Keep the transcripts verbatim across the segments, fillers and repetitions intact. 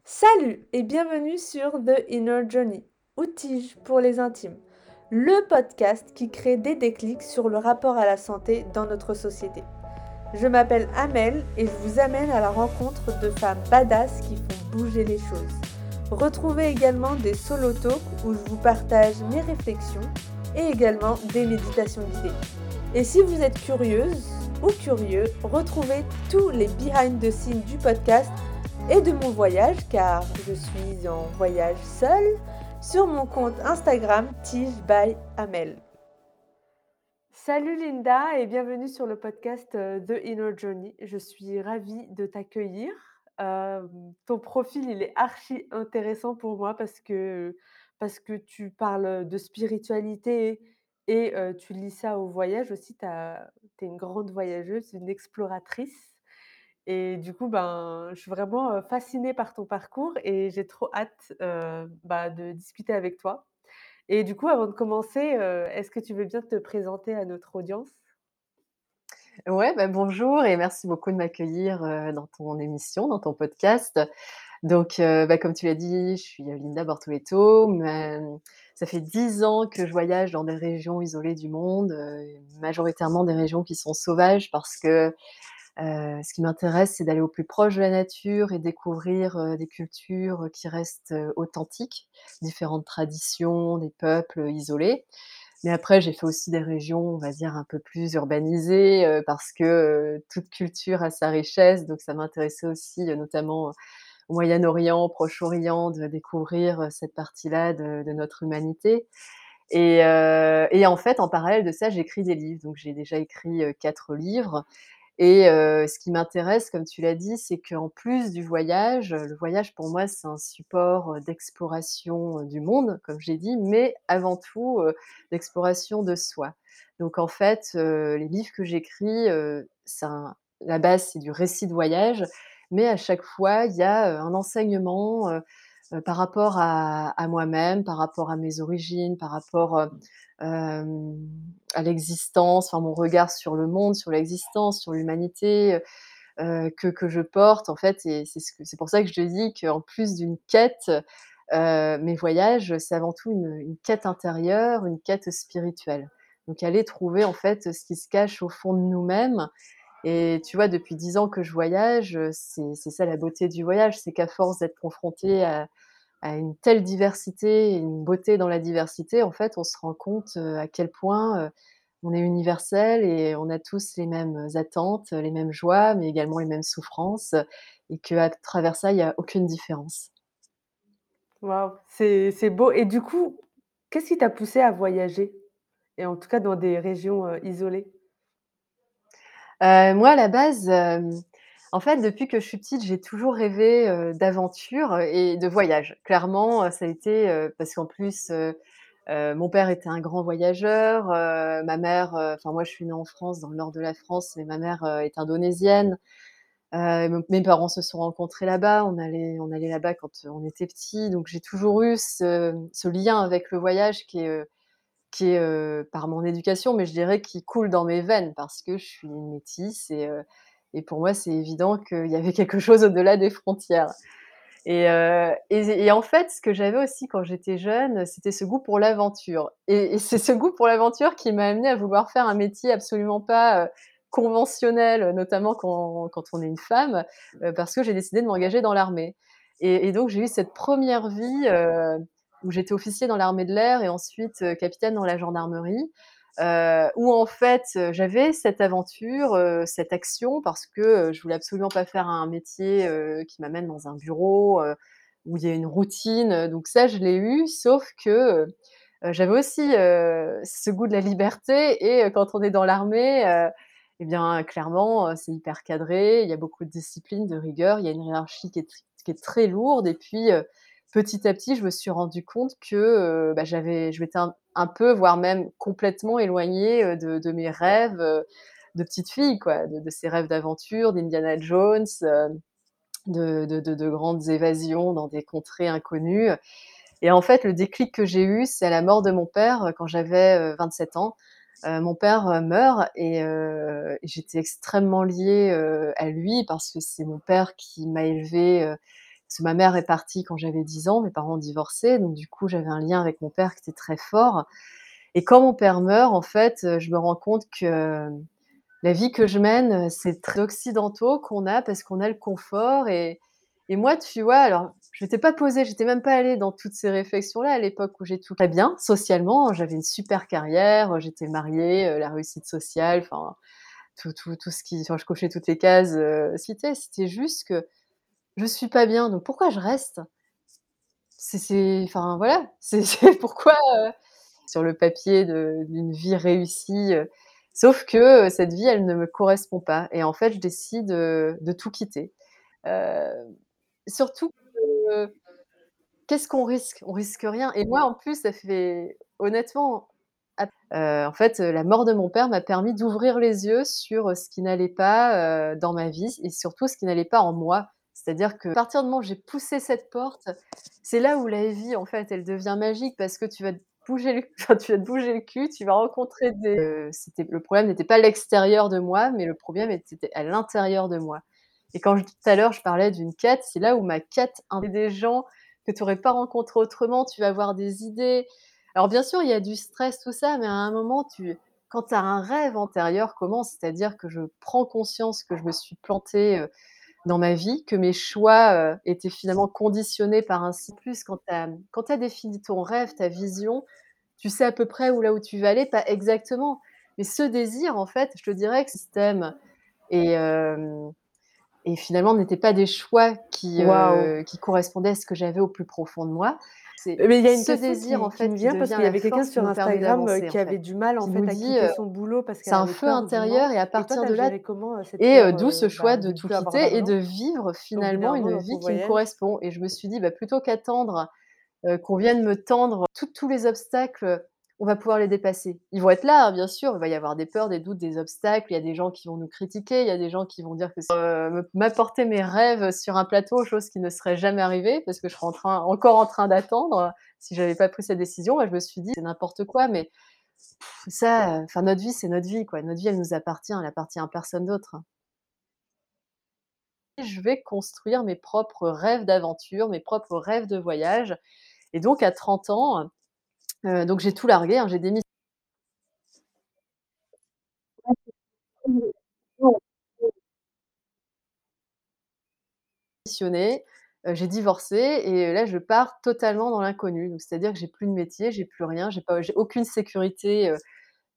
Salut et bienvenue sur The Inner Journey, ou Tige pour les intimes, le podcast qui crée des déclics sur le rapport à la santé dans notre société. Je m'appelle Amel et je vous amène à la rencontre de femmes badass qui font bouger les choses. Retrouvez également des solo talks où je vous partage mes réflexions et également des méditations guidées. Et si vous êtes curieuse ou curieux, retrouvez tous les behind the scenes du podcast et de mon voyage, car je suis en voyage seule, sur mon compte Instagram Tige by Amel. Salut Linda et bienvenue sur le podcast euh, The Inner Journey. Je suis ravie de t'accueillir. Euh, ton profil, il est archi intéressant pour moi parce que, parce que tu parles de spiritualité et euh, tu lis ça au voyage aussi. Tu es une grande voyageuse, une exploratrice. Et du coup, ben, je suis vraiment, heu, fascinée par ton parcours et j'ai trop hâte, heu, bah, de discuter avec toi. Et du coup, avant de commencer, heu, est-ce que tu veux bien te présenter à notre audience? Ouais, bah, bonjour et merci beaucoup de m'accueillir, heu, dans ton émission, dans ton podcast. Donc, heu, bah, comme tu l'as dit, je suis, heu, Linda Bortoleto, mais, ça fait dix ans que je voyage dans des régions isolées du monde, heu, majoritairement des régions qui sont sauvages parce que, heu, ce qui m'intéresse, c'est d'aller au plus proche de la nature et découvrir, heu, des cultures, qui restent, heu, authentiques, différentes traditions, des peuples, isolés. Mais après, j'ai fait aussi des régions, on va dire, un peu plus urbanisées, heu, parce que, heu, toute culture a sa richesse, donc ça m'intéressait aussi, heu, notamment au Moyen-Orient, Proche-Orient, de découvrir, heu, cette partie-là de de notre humanité et heu et en fait, en parallèle de ça, j'écris des livres. Donc j'ai déjà écrit, heu, quatre livres et heu, ce qui m'intéresse, comme tu l'as dit, c'est qu'en plus du voyage, le voyage pour moi, c'est un support, heu, d'exploration, heu, du monde, comme j'ai dit, mais avant tout, heu, d'exploration de soi. Donc en fait, heu, les livres que j'écris, heu, c'est un la base, c'est du récit de voyage, mais à chaque fois, il y a, heu, un enseignement, heu heu, par rapport à à moi-même, par rapport à mes origines, par rapport, heu, hem, à l'existence, enfin mon regard sur le monde, sur l'existence, sur l'humanité, heu que que je porte en fait et c'est ce que c'est pour ça que je te dis qu'en plus d'une quête, heu, mes voyages, c'est avant tout une une quête intérieure, une quête spirituelle. Donc aller trouver en fait ce qui se cache au fond de nous-mêmes et tu vois, depuis dix ans que je voyage, heu, c'est c'est ça la beauté du voyage, c'est qu'à force d'être confronté à à une telle diversité et une beauté dans la diversité, en fait, on se rend compte, heu, à quel point, heu, on est universel et on a tous les mêmes attentes, les mêmes joies, mais également les mêmes souffrances et qu'à travers ça, il y a aucune différence. Waouh, c'est c'est beau et du coup, qu'est-ce qui t'a poussée à voyager? Et en tout cas dans des régions, heu, isolées? Heu, moi, à la base, hem, en fait, depuis que je suis petite, j'ai toujours rêvé, heu, d'aventure et de voyage. Clairement, heu, ça a été, heu, parce qu'en plus, heu heu, mon père était un grand voyageur, heu, ma mère, heu enfin moi, je suis née en France, dans le nord de la France, mais ma mère, heu, est indonésienne. Heu, donc mes parents se sont rencontrés là-bas, on allait on allait là-bas quand, on était petits, donc j'ai toujours eu ce ce lien avec le voyage qui est, heu qui est, heu, par mon éducation, mais je dirais qui coule dans mes veines parce que je suis une métisse et heu et pour moi, c'est évident qu'il y avait quelque chose au-delà des frontières et heu et et en fait, ce que j'avais aussi quand j'étais jeune, c'était ce goût pour l'aventure et et c'est ce goût pour l'aventure qui m'a amenée à vouloir faire un métier absolument pas, heu, conventionnel, notamment quand quand on est une femme, heu, parce que j'ai décidé de m'engager dans l'armée et et donc j'ai eu cette première vie, heu, où j'étais officier dans l'armée de l'air et ensuite, heu, capitaine dans la gendarmerie, heu, où en fait, heu, j'avais cette aventure, heu, cette action parce que, heu, je voulais absolument pas faire un métier, heu, qui m'amène dans un bureau, heu, où il y a une routine, heu, donc ça je l'ai eu, sauf que, heu heu, j'avais aussi, heu, ce goût de la liberté et heu, quand on est dans l'armée, heu et bien clairement, heu, c'est hyper cadré, il y a beaucoup de discipline, de rigueur, il y a une hiérarchie qui est tr qui est très lourde et puis, heu, petit à petit, je me suis rendu compte que, heu, bah, j'avais je m'étais un un peu, voire même complètement éloignée, heu, de de mes rêves, heu, de petite fille quoi, de de ces rêves d'aventure, d'Indiana Jones, heu, de de de de grandes évasions dans des contrées inconnues et en fait, le déclic que j'ai eu, c'est à la mort de mon père, heu, quand j'avais, heu, vingt-sept ans. Heu, mon père, heu, meurt et heu, et j'étais extrêmement liée, heu, à lui parce que c'est mon père qui m'a élevée, heu, parce que ma mère est partie quand j'avais dix ans, mes parents ont divorcé, donc du coup, j'avais un lien avec mon père qui était très fort et quand mon père meurt, en fait, heu, je me rends compte que la vie que je mène, c'est très occidentaux qu'on a parce qu'on a le confort et et moi, tu vois, alors je m'étais pas posée, j'étais même pas allée dans toutes ces réflexions-là à l'époque où j'ai tout très bien socialement, j'avais une super carrière, j'étais mariée, heu, la réussite sociale, enfin tout tout tout ce qui enfin je cochais toutes les cases, heu, citées. C'était juste que je suis pas bien, donc pourquoi je reste? C'est c'est enfin voilà, c'est c'est pourquoi, heu, sur le papier de d'une vie réussie, heu, sauf que, heu, cette vie, elle ne me correspond pas et en fait, je décide, heu, de tout quitter. Heu, surtout que qu'est-ce qu'on risque? On risque rien et moi, en plus, ça fait honnêtement, ap heu, en fait, heu, la mort de mon père m'a permis d'ouvrir les yeux sur, heu, ce qui n'allait pas, heu, dans ma vie et surtout ce qui n'allait pas en moi. C'est-à-dire qu'à partir du moment où j'ai poussé cette porte, c'est là où la vie, en fait, elle devient magique parce que tu vas te bouger le enfin, tu vas te bouger le cul, tu vas rencontrer des heu, c'était le problème n'était pas l'extérieur de moi, mais le problème était à l'intérieur de moi et quand je tout à l'heure, je parlais d'une quête, c'est là où ma quête in des gens que tu aurais pas rencontrés autrement, tu vas avoir des idées. Alors bien sûr, il y a du stress, tout ça, mais à un moment, tu quand tu as un rêve antérieur commence, c'est-à-dire que je prends conscience que je me suis plantée, heu, dans ma vie, que mes choix, heu, étaient finalement conditionnés par un si plus quand tu as quand tu as défini ton rêve, ta vision, tu sais à peu près où là où tu vas aller, pas exactement, mais ce désir, en fait, je te dirais que système et hem et finalement n'étaient pas des choix qui, Waouh! heu, qui correspondaient à ce que j'avais au plus profond de moi. C'est Mais il y a une ce question désir, qui en qui me fait, qui vient parce devient qu'il y la avait quelqu'un force qui sur nous permet Instagram, heu, d'avancer, en qui avait fait. du mal, en Qui nous fait, à dit, quitter heu: son boulot parce «C'est qu'elle un avait feu peur du intérieur» et manque à et toi, tu partir as de là géré comment, heu, cette et heu, peur, d'où ce heu, choix bah, de de tout plus avoir quitter et de d'argent vivre au bout finalement d'un moment une dans ton vie qui me voyage? correspond et je me suis dit: «Bah, plutôt qu'attendre heu, qu'on vienne me tendre tous tous les obstacles, on va pouvoir les dépasser. Ils vont être là, hein, bien sûr, il va y avoir des peurs, des doutes, des obstacles, il y a des gens qui vont nous critiquer, il y a des gens qui vont dire que c'est heu, me m'apporter mes rêves sur un plateau, chose qui ne serait jamais arrivée parce que je serais en train encore en train d'attendre. Si j'avais pas pris cette décision, bah, je me suis dit: «C'est n'importe quoi», mais pff, ça, heu, enfin notre vie, c'est notre vie, quoi. Notre vie, elle nous appartient, elle appartient à personne d'autre. Je vais construire mes propres rêves d'aventure, mes propres rêves de voyage et donc à trente ans, heu, donc j'ai tout largué, hein, j'ai démis démissionné, heu, j'ai divorcé et là, je pars totalement dans l'inconnu. Donc c'est-à-dire que j'ai plus de métier, j'ai plus rien, j'ai pas j'ai aucune sécurité, heu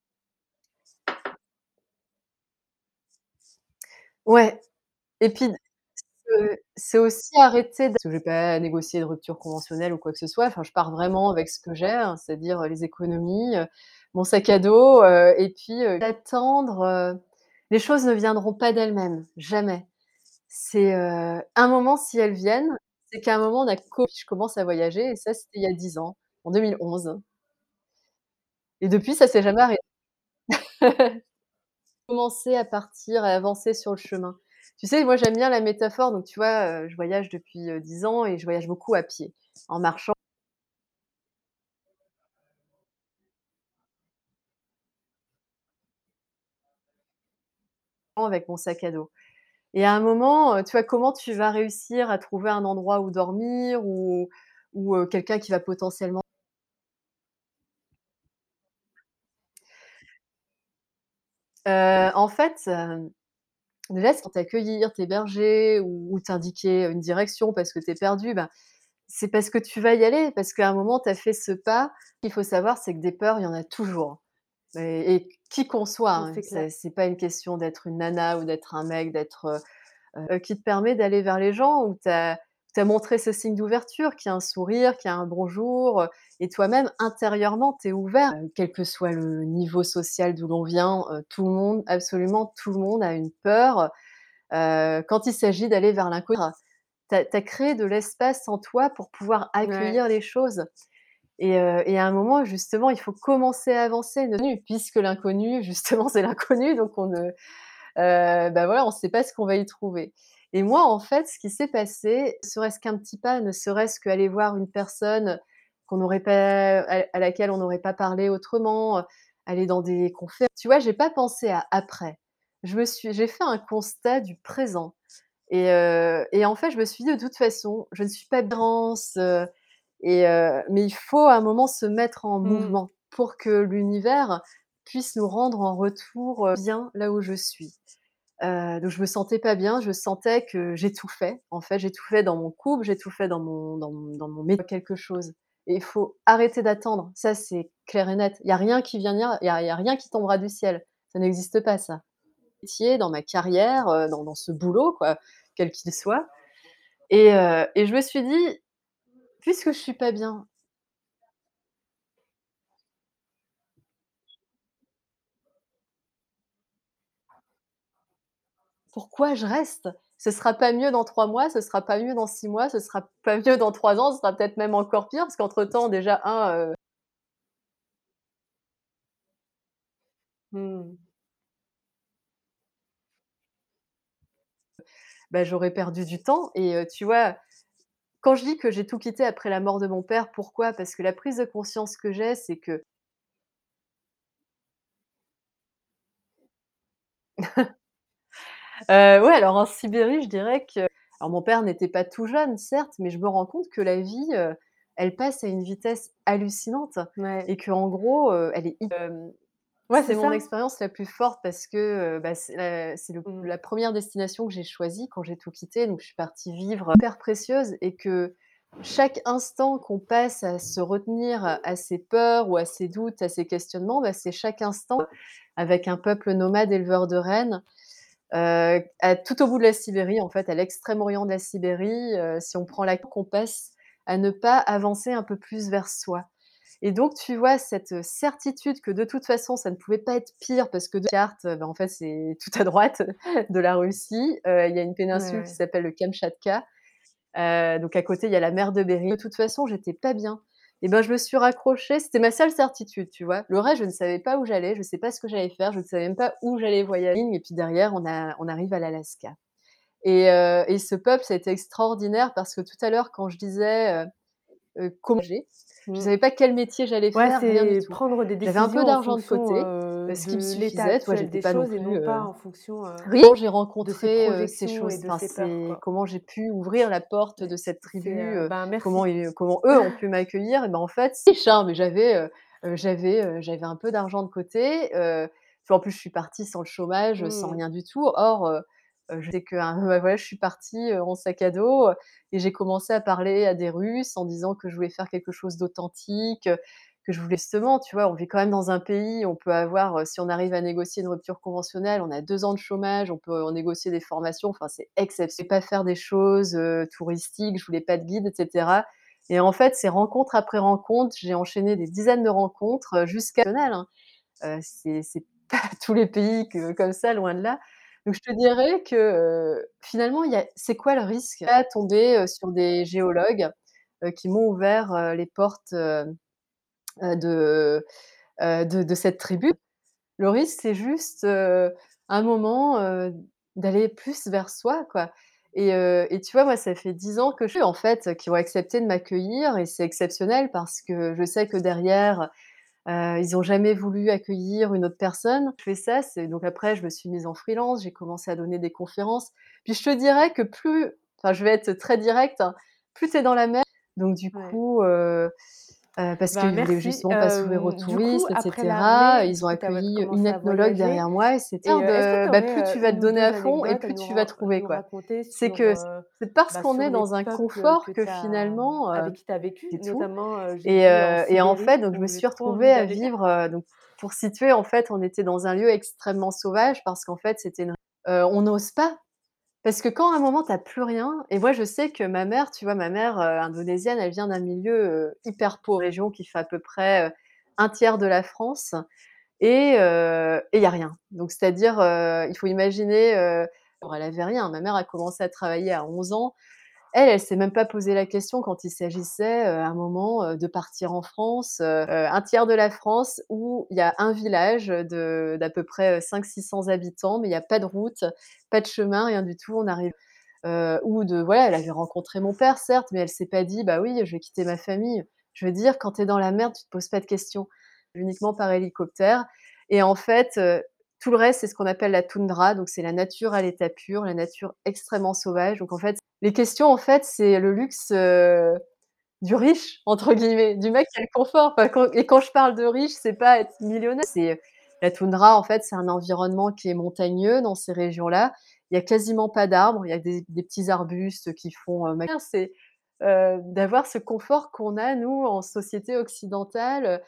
ouais et puis heu, c'est aussi arrêter d parce que je vais pas négocier de rupture conventionnelle ou quoi que ce soit. Enfin, je pars vraiment avec ce que j'ai, hein, c'est-à-dire, heu, les économies, heu, mon sac à dos, heu et puis, heu, d'attendre, heu, les choses ne viendront pas d'elles-mêmes, jamais. C'est, heu, un moment si elles viennent, c'est qu'à un moment on a co je commence à voyager et ça, c'était il y a dix ans, en deux mille onze et depuis ça s'est jamais arrêté. Commencer à partir, à avancer sur le chemin. Tu sais, moi j'aime bien la métaphore, donc tu vois, heu, je voyage depuis, heu, dix ans et je voyage beaucoup à pied, en marchant avec mon sac à dos et à un moment, heu, tu vois, comment tu vas réussir à trouver un endroit où dormir ou ou, heu, quelqu'un qui va potentiellement heu, en fait, hem déjà, c'est pour t'accueillir, t'héberger ou ou t'indiquer une direction parce que tu es perdu, ben, c'est parce que tu vas y aller, parce qu'à un moment tu as fait ce pas. Ce qu'il faut savoir, c'est que des peurs, il y en a toujours et et qui qu'on soit, Mmh, hein, c'est clair. c'est c'est pas une question d'être une nana ou d'être un mec, d'être, heu heu, qui te permet d'aller vers les gens où tu as tu as montré ce signe d'ouverture, qu'il y a un sourire, qu'il y a un bonjour, heu et toi-même intérieurement, tu es ouvert, heu, quel que soit le niveau social d'où l'on vient, heu, tout le monde, absolument tout le monde a une peur. Heu, quand il s'agit d'aller vers l'inconnu, tu as tu as créé de l'espace en toi pour pouvoir Ouais. accueillir les choses et heu et à un moment, justement, il faut commencer à avancer ne puisque l'inconnu, justement, c'est l'inconnu, donc on ne heu, bah, voilà, on ne sait pas ce qu'on va y trouver et moi, en fait, ce qui s'est passé, ne serait-ce qu'un petit pas, ne serait-ce qu'aller voir une personne qu'on n'aurait pas à à laquelle on n'aurait pas parlé autrement, heu, aller dans des conférences. Tu vois, j'ai pas pensé à après. Je me suis j'ai fait un constat du présent et heu et en fait, je me suis dit: «De toute façon, je ne suis pas trans, heu et heu, mais il faut à un moment se mettre en Mmh. mouvement pour que l'univers puisse nous rendre en retour, heu, bien là où je suis». Heu, donc je me sentais pas bien, je sentais que j'étouffais. En fait, j'étouffais dans mon couple, j'étouffais dans mon dans mon dans mon mé quelque chose et il faut arrêter d'attendre. Ça, c'est clair et net. Il y a rien qui vient il y a il y a rien qui tombera du ciel. Ça n'existe pas ça. Métier, dans ma carrière, heu, dans dans ce boulot quoi, quel qu'il soit et heu et je me suis dit: «Puisque je suis pas bien, pourquoi je reste? Ce sera pas mieux dans trois mois, ce sera pas mieux dans six mois, ce sera pas mieux dans trois ans, ce sera peut-être même encore pire parce qu'entre temps déjà un, heu, Mmh. bah, j'aurais perdu du temps et heu, tu vois? Quand je dis que j'ai tout quitté après la mort de mon père, pourquoi? Parce que la prise de conscience que j'ai, c'est que, heu, ouais, alors en Sibérie, je dirais que alors mon père n'était pas tout jeune, certes, mais je me rends compte que la vie, heu, elle passe à une vitesse hallucinante Ouais. et qu'en gros, heu, elle est hyp hem, Ouais, c'est c'était mon ça. expérience la plus forte parce que, heu, bah, c'est la c'est le Mmh. la première destination que j'ai choisie quand j'ai tout quitté, donc je suis partie vivre hyper précieuse et que chaque instant qu'on passe à se retenir à ses peurs ou à ses doutes, à ses questionnements, bah, c'est chaque instant avec un peuple nomade éleveur de rennes. Heu, à tout au bout de la Sibérie, en fait, à l'extrême orient de la Sibérie, heu, si on prend la qu'on passe à ne pas avancer un peu plus vers soi et donc tu vois, cette, certitude que de toute façon, ça ne pouvait pas être pire parce que de carte, bah, en fait, c'est tout à droite de la Russie, heu, il y a une Ouais, péninsule qui ouais. s'appelle le Kamtchatka, heu, donc à côté, il y a la mer de Béring. De toute façon, j'étais pas bien et ben, je me suis raccrochée, c'était ma seule certitude, tu vois? Le reste, je ne savais pas où j'allais, je sais pas ce que j'allais faire, je ne savais même pas où j'allais voyager et puis derrière, on a on arrive à l'Alaska et heu et ce peuple, ça a été extraordinaire parce que tout à l'heure, quand je disais, heu heu, comment j'ai je Mmh. savais pas quel métier j'allais Ouais, faire, rien du c'est tout. prendre des J'avais un peu décisions en d'argent de fonction, côté, heu, heu, ce qui me de l'état suffisait, tu vois? actuel J'étais des pas non choses et plus, non pas heu en fonction, heu, riche. Quand j'ai de ses rencontré, heu, ces projections et choses, de enfin, ses peurs, c'est quoi. comment j'ai pu ouvrir la porte de Ouais, cette c'est, tribu, heu, heu, ben, comment merci. ils comment eux ont pu m'accueillir et ben, en fait, si riche, mais j'avais, heu heu, j'avais, heu, j'avais un peu d'argent de côté, heu, puis en plus je suis partie sans le chômage, sans Mmh. rien du tout. Or, heu heu, je sais que, hein, bah, voilà, je suis partie, heu, en sac à dos, heu et j'ai commencé à parler à des Russes en disant que je voulais faire quelque chose d'authentique, heu, que je voulais justement, tu vois? On vit quand même dans un pays, on peut avoir, heu, si on arrive à négocier une rupture conventionnelle, on a deux ans de chômage, on peut, heu, négocier des formations, enfin, c'est exceptionnel. Pas faire des choses, heu, touristiques, je voulais pas de guide et cetera et en fait, c'est rencontre après rencontre, j'ai enchaîné des dizaines de rencontres, heu, jusqu'à hein. Heu, c'est c'est pas tous les pays que comme ça, loin de là. Donc je te dirais que, heu, finalement, il y a c'est quoi le risque? Pas tomber, heu, sur des géologues, heu, qui m'ont ouvert, heu, les portes, heu heu, de, heu, de de cette tribu. Le risque, c'est juste, heu, un moment, heu, d'aller plus vers soi, quoi et heu et tu vois, moi, ça fait dix ans que je suis, en fait, qui ont accepté de m'accueillir et c'est exceptionnel parce que je sais que derrière, heu, ils ont jamais voulu accueillir une autre personne. Je fais ça, c'est donc après je me suis mise en freelance, j'ai commencé à donner des conférences. Puis je te dirais que plus enfin, je vais être très directe, hein, plus tu es dans la mer donc du Ouais. coup, heu Heu, parce Bah, qu'ils voulaient merci. justement pas s'ouvrir au Hem, du coup, tourisme et après cetera. l'armée, Ils du ont coup, tu as accueilli une commencé à ethnologue voyager derrière moi et c'était et heu, est-ce que de tu bah, aurais, plus tu heu, vas te une ou donner à deux fond et anecdotes à plus nous tu vas ran à trouver, nous quoi. raconter C'est sur, que heu, c'est parce bah, qu'on sur est les dans un peuples que confort que tu as, mmh, finalement, heu avec qui tu as vécu? c'est tout Notamment, heu, j'ai et vu en heu et en fait, Sibérie donc je me où j'ai suis trop envie retrouvée à d'aller. vivre, heu, donc pour situer, en fait, on était dans un lieu extrêmement sauvage parce qu'en fait, c'était une heu, on n'ose pas parce que quand à un moment tu as plus rien et moi je sais que ma mère, tu vois, ma mère, heu, indonésienne, elle vient d'un milieu, heu, hyper pauvre, région qui fait à peu près, heu, un tiers de la France et heu et il y a rien. Donc c'est-à-dire, heu, il faut imaginer, heu, alors elle avait rien. Ma mère a commencé à travailler à onze ans. Elle, elle s'est même pas posé la question quand il s'agissait, heu, à un moment, heu, de partir en France, heu, un tiers de la France où il y a un village de d'à peu près, heu, cinq cents-six cents habitants, mais il y a pas de route, pas de chemin, rien du tout. On arrive heu, ou de voilà, elle avait rencontré mon père certes, mais elle s'est pas dit: «Bah oui, je vais quitter ma famille». Je veux dire, quand tu es dans la merde, tu te poses pas de questions, uniquement par hélicoptère et en fait, heu, Tout le reste, c'est ce qu'on appelle la toundra, donc c'est la nature à l'état pur, la nature extrêmement sauvage. Donc en fait, les questions, en fait, c'est le luxe, heu, du «riche» entre guillemets, du mec qui a le confort. Enfin quand et quand je parle de riche, c'est pas être millionnaire, c'est, heu, la toundra, en fait, c'est un environnement qui est montagneux dans ces régions-là. Il y a quasiment pas d'arbres, il y a des des petits arbustes qui font, heu, c'est, heu, d'avoir ce confort qu'on a nous en société occidentale,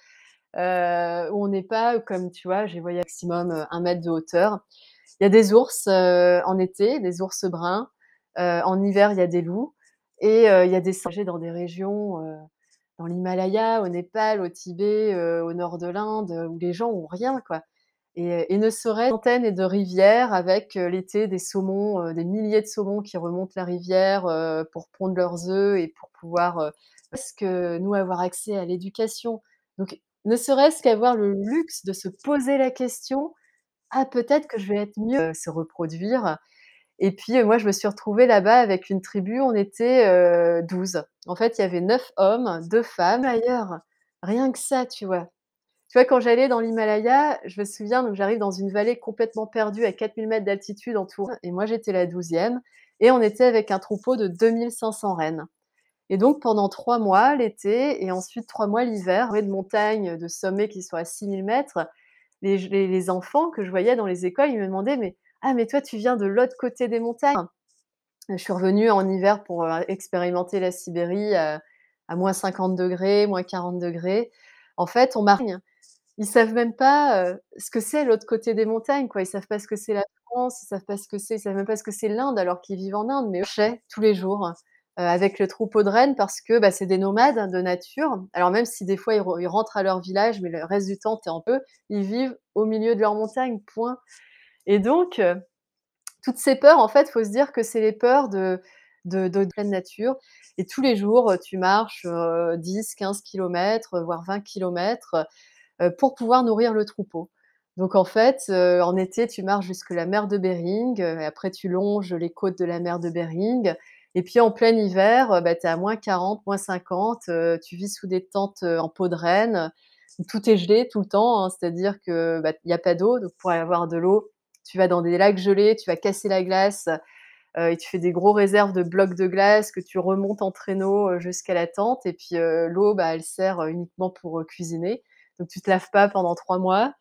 heu, où on n'est pas comme tu vois, j'ai voyagé maximum, heu, un mètre de hauteur. Il y a des ours, heu, en été, des ours bruns, heu, en hiver, il y a des loups et heu, il y a des singes dans des régions, heu, dans l'Himalaya, au Népal, au Tibet, heu, au nord de l'Inde, heu, où les gens ont rien, quoi et et ne serait centaines et de rivières avec, heu, l'été des saumons, heu, des milliers de saumons qui remontent la rivière, heu, pour pondre leurs œufs et pour pouvoir, heu, presque, nous, avoir accès à l'éducation. Donc ne serait-ce qu'avoir le luxe de se poser la question: «Ah peut-être que je vais être mieux», heu, se reproduire et puis, heu, moi je me suis retrouvée là-bas avec une tribu, on était, heu, douze. En fait, il y avait neuf hommes, deux femmes ailleurs. Rien que ça, tu vois? Tu vois, quand j'allais dans l'Himalaya, je me souviens, donc j'arrive dans une vallée complètement perdue à quatre mille mètres d'altitude entourée et moi j'étais la douzième et on était avec un troupeau de deux mille cinq cents rennes et donc pendant trois mois l'été et ensuite trois mois l'hiver, entourée de montagnes, de sommets qui sont à six mille mètres, les j les les enfants que je voyais dans les écoles, ils me demandaient: «Mais ah mais toi tu viens de l'autre côté des montagnes?» Je suis revenue en hiver pour, heu, expérimenter la Sibérie, heu, à moins cinquante degrés, moins quarante degrés. En fait, on m'a ils savent même pas, heu, ce que c'est l'autre côté des montagnes, quoi. Ils savent pas ce que c'est la France, ils savent pas ce que c'est ils savent même pas ce que c'est l'Inde alors qu'ils vivent en Inde, mais eux marchaient tous les jours, heu, avec le troupeau de rennes parce que, bah, c'est des nomades de nature. Alors même si des fois ils re ils rentrent à leur village, mais le reste du temps, tu es en eux, ils vivent au milieu de leurs montagnes, point et donc heu, toutes ces peurs, en fait, faut se dire que c'est les peurs de de de pleine nature et tous les jours, heu, tu marches, heu, dix quinze kilomètres, voire vingt kilomètres, heu, pour pouvoir nourrir le troupeau. Donc en fait, heu, en été, tu marches jusque la mer de Bering, heu et après tu longes les côtes de la mer de Bering et puis en plein hiver, heu, bah, tu es à moins quarante, moins cinquante, heu, tu vis sous des tentes, heu, en peau de renne. Tout est gelé tout le temps, hein, c'est-à-dire que, bah, il y a pas d'eau, donc pour avoir de l'eau, tu vas dans des lacs gelés, tu vas casser la glace, heu et tu fais des gros réserves de blocs de glace que tu remontes en traîneau, heu, jusqu'à la tente et puis, heu, l'eau, bah, elle sert, heu, uniquement pour, heu, cuisiner. Donc tu te laves pas pendant trois mois.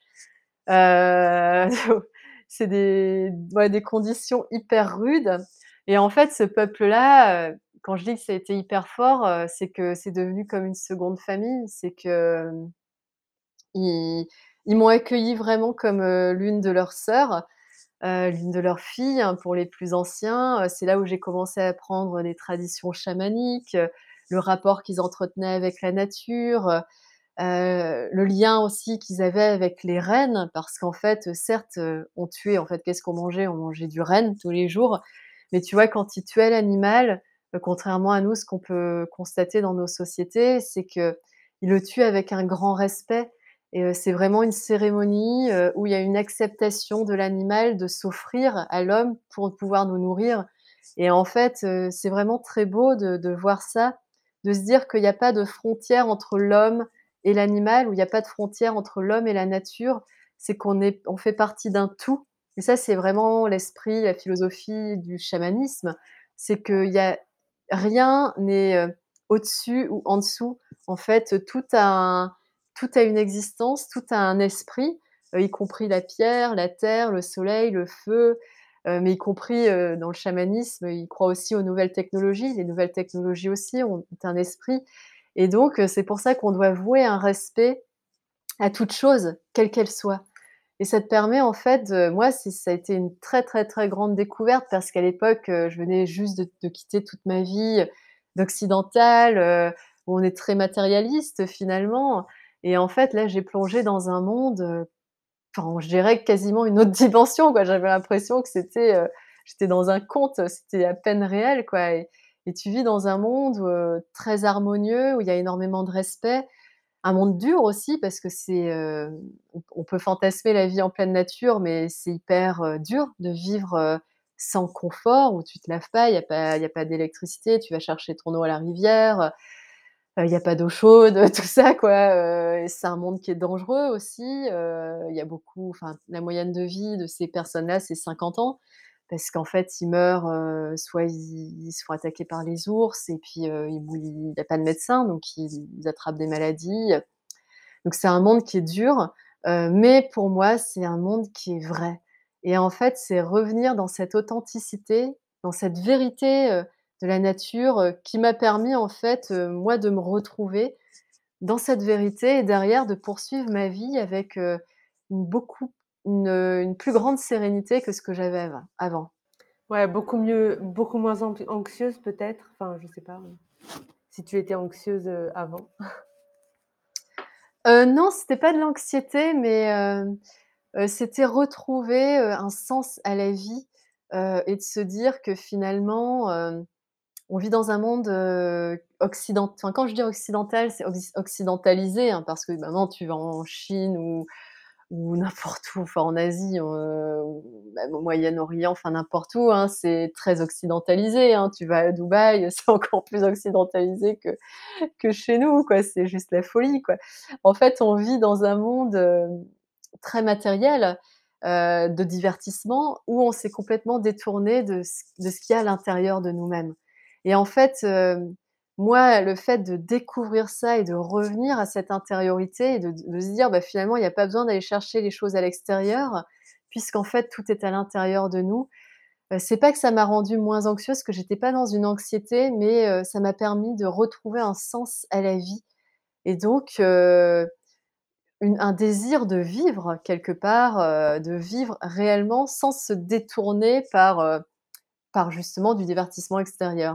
Heu, c'est des ouais, des conditions hyper rudes et en fait, ce peuple-là, heu, quand je dis que ça a été hyper fort, heu, c'est que c'est devenu comme une seconde famille. C'est que, hem, ils ils m'ont accueillie vraiment comme, heu, l'une de leurs sœurs, heu, l'une de leurs filles, hein, pour les plus anciens. Heu, c'est là où j'ai commencé à apprendre des traditions chamaniques, heu, le rapport qu'ils entretenaient avec la nature, heu heu, le lien aussi qu'ils avaient avec les rennes parce qu'en fait, heu, certes, heu, on tuait en fait, qu'est-ce qu'on mangeait? On mangeait du renne tous les jours, mais tu vois, quand ils tuaient l'animal, heu, contrairement à nous, ce qu'on peut constater dans nos sociétés, c'est qu'ils le tuent avec un grand respect et heu, c'est vraiment une cérémonie, heu, où il y a une acceptation de l'animal de s'offrir à l'homme pour pouvoir nous nourrir et en fait, heu, c'est vraiment très beau de de voir ça, de se dire qu'il y a pas de frontière entre l'homme et l'animal, où il y a pas de frontière entre l'homme et la nature. C'est qu'on est on fait partie d'un tout et ça, c'est vraiment l'esprit, la philosophie du chamanisme. C'est qu'il y a rien n'est, heu, au-dessus ou en dessous. En fait, tout a un tout a une existence, tout a un esprit, heu, y compris la pierre, la terre, le soleil, le feu, heu, mais y compris, heu, dans le chamanisme, ils croient aussi aux nouvelles technologies. Les nouvelles technologies aussi ont un esprit et donc heu, c'est pour ça qu'on doit vouer un respect à toute chose, quelle qu'elle soit et ça te permet en fait de moi, c'est ça a été une très, très, très grande découverte parce qu'à l'époque, heu, je venais juste de de quitter toute ma vie d'occidentale, heu, où on est très matérialiste finalement et en fait, là, j'ai plongé dans un monde, heu, enfin, je dirais quasiment une autre dimension, quoi. J'avais l'impression que c'était, heu, j'étais dans un conte, c'était à peine réel, quoi et et tu vis dans un monde, heu, très harmonieux, où il y a énormément de respect. Un monde dur aussi parce que c'est, heu, on on peut fantasmer la vie en pleine nature, mais c'est hyper, heu, dur de vivre, heu, sans confort, où tu te laves pas, il y a pas il y a pas d'électricité, tu vas chercher ton eau à la rivière, Heu, il y a pas d'eau chaude, tout ça quoi, heu et c'est un monde qui est dangereux aussi, heu, il y a beaucoup enfin, la moyenne de vie de ces personnes-là, c'est cinquante ans parce qu'en fait, ils meurent, heu, soit ils ils se font attaquer par les ours et puis, heu, ils mou il y a pas de médecin donc ils ils attrapent des maladies, donc c'est un monde qui est dur, heu, mais pour moi, c'est un monde qui est vrai et en fait, c'est revenir dans cette authenticité, dans cette vérité, heu, de la nature, heu, qui m'a permis en fait, heu, moi de me retrouver dans cette vérité et derrière de poursuivre ma vie avec, heu, une beaucoup une, heu, une plus grande sérénité que ce que j'avais ava avant. Ouais, beaucoup mieux beaucoup moins amp anxieuse peut-être? Enfin, je sais pas, heu, si tu étais anxieuse, heu, avant? Heu, non, c'était pas de l'anxiété, mais hem, heu, c'était retrouver, heu, un sens à la vie, heu et de se dire que finalement, hem, on vit dans un monde, heu, occident enfin, quand je dis occidental, c'est occ occidentalisé, hein, parce que maintenant tu vas en Chine ou ou n'importe où, enfin en Asie, heu, ou même au Moyen-Orient, enfin n'importe où, hein, c'est très occidentalisé, hein. Tu vas à Dubaï, c'est encore plus occidentalisé que que chez nous, quoi, c'est juste la folie, quoi. En fait, on vit dans un monde, hem, très matériel, heu, de divertissement où on s'est complètement détourné de ce de ce qu'il y a à l'intérieur de nous-mêmes et en fait, hem, moi, le fait de découvrir ça et de revenir à cette intériorité et de de se dire: «Bah, finalement, il y a pas besoin d'aller chercher les choses à l'extérieur, puisqu'en fait, tout est à l'intérieur de nous». Heu, c'est pas que ça m'a rendue moins anxieuse, parce que j'étais pas dans une anxiété, mais heu, ça m'a permis de retrouver un sens à la vie et donc heu, une un désir de vivre quelque part, heu, de vivre réellement sans se détourner par, heu, par justement du divertissement extérieur.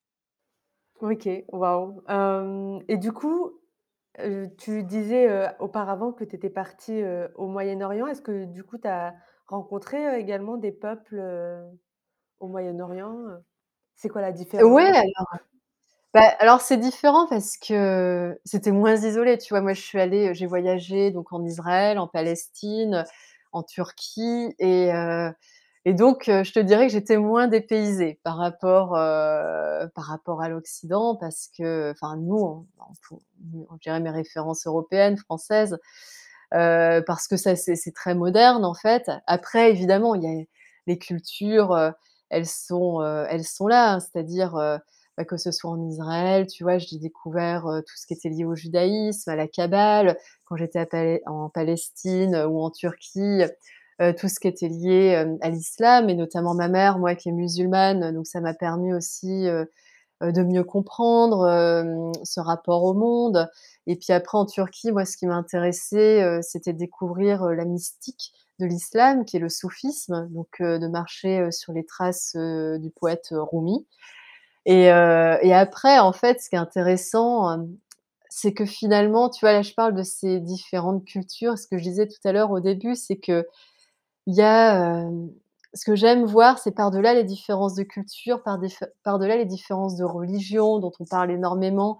OK, waouh, hem et du coup, heu, tu disais, heu, auparavant que tu étais partie, heu, au Moyen-Orient. Est-ce que du coup tu as rencontré, heu, également des peuples, heu, au Moyen-Orient, heu? C'est quoi la Ouais, différence? alors bah, alors c'est différent parce que c'était moins isolé, tu vois? Moi, je suis allée, heu, j'ai voyagé donc en Israël, en Palestine, en Turquie et heu et donc heu, je te dirais que j'étais moins dépaysée par rapport, heu, par rapport à l'Occident parce que enfin nous, on on pou je dirais mes références européennes, françaises, heu, parce que ça c'est c'est très moderne en fait. Après évidemment, il y a les cultures, heu, elles sont, heu, elles sont là, hein, c'est-à-dire, heu, bah, que ce soit en Israël, tu vois? J'ai découvert, heu, tout ce qui était lié au judaïsme, à la Kabbale. Quand j'étais à Palais en Palestine, heu, ou en Turquie, heu, tout ce qui était lié, hem, à l'islam et notamment ma mère, moi qui est musulmane, donc ça m'a permis aussi, heu heu, de mieux comprendre, hem, ce rapport au monde et puis après en Turquie, moi, ce qui m'a intéressée, heu, c'était de découvrir, heu, la mystique de l'islam qui est le soufisme, donc heu, de marcher, heu, sur les traces, heu, du poète, heu, Roumi et heu et après, en fait, ce qui est intéressant, hem, c'est que finalement, tu vois, là, je parle de ces différentes cultures. Ce que je disais tout à l'heure au début, c'est qu'il y a, hem, ce que j'aime voir, c'est par-delà les différences de culture, par déf par-delà les différences de religion dont on parle énormément,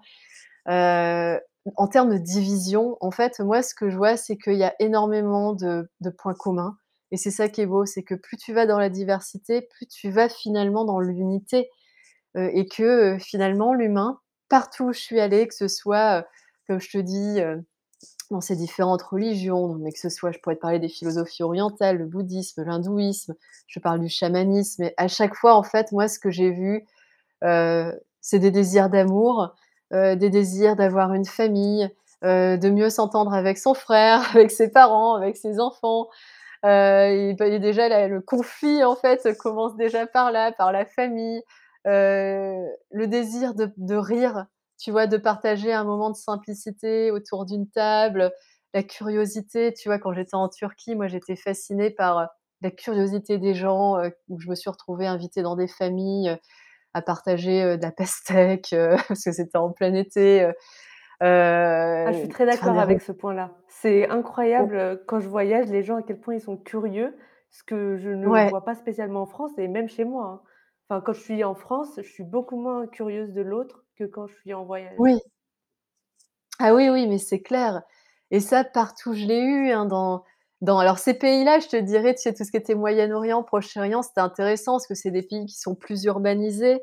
heu, en termes de division, en fait, moi, ce que je vois, c'est qu'il y a énormément de de points communs et c'est ça qui est beau. C'est que plus tu vas dans la diversité, plus tu vas finalement dans l'unité. Heu et que, heu, finalement l'humain, partout où je suis allée, que ce soit, heu, comme je te dis, heu, dans ces différentes religions, mais que ce soit je pourrais te parler des philosophies orientales, le bouddhisme, l'hindouisme, je parle du chamanisme et à chaque fois, en fait, moi, ce que j'ai vu, heu, c'est des désirs d'amour, heu, des désirs d'avoir une famille, heu, de mieux s'entendre avec son frère, avec ses parents, avec ses enfants. Heu et bah, et déjà là, le conflit en fait commence déjà par là, par la famille, heu, le désir de de rire, tu vois? De partager un moment de simplicité autour d'une table, la curiosité, tu vois? Quand j'étais en Turquie, moi j'étais fascinée par, heu, la curiosité des gens, heu, où je me suis retrouvée invitée dans des familles, heu, à partager, heu, de la pastèque, heu, parce que c'était en plein été, heu Ah, je suis heu, très enfin d'accord des re avec ce point-là. C'est o incroyable, heu, quand je voyage, les gens à quel point ils sont curieux, ce que je ne ouais, vois pas spécialement en France et même chez moi, hein. Enfin, quand je suis en France, je suis beaucoup moins curieuse de l'autre que quand je suis en voyage. oui. Ah oui, oui, mais c'est clair et ça partout je l'ai eu, hein, dans dans alors ces pays-là, je te dirais, tu sais, tout ce qui était Moyen-Orient, Proche-Orient, c'était intéressant parce que c'est des pays qui sont plus urbanisés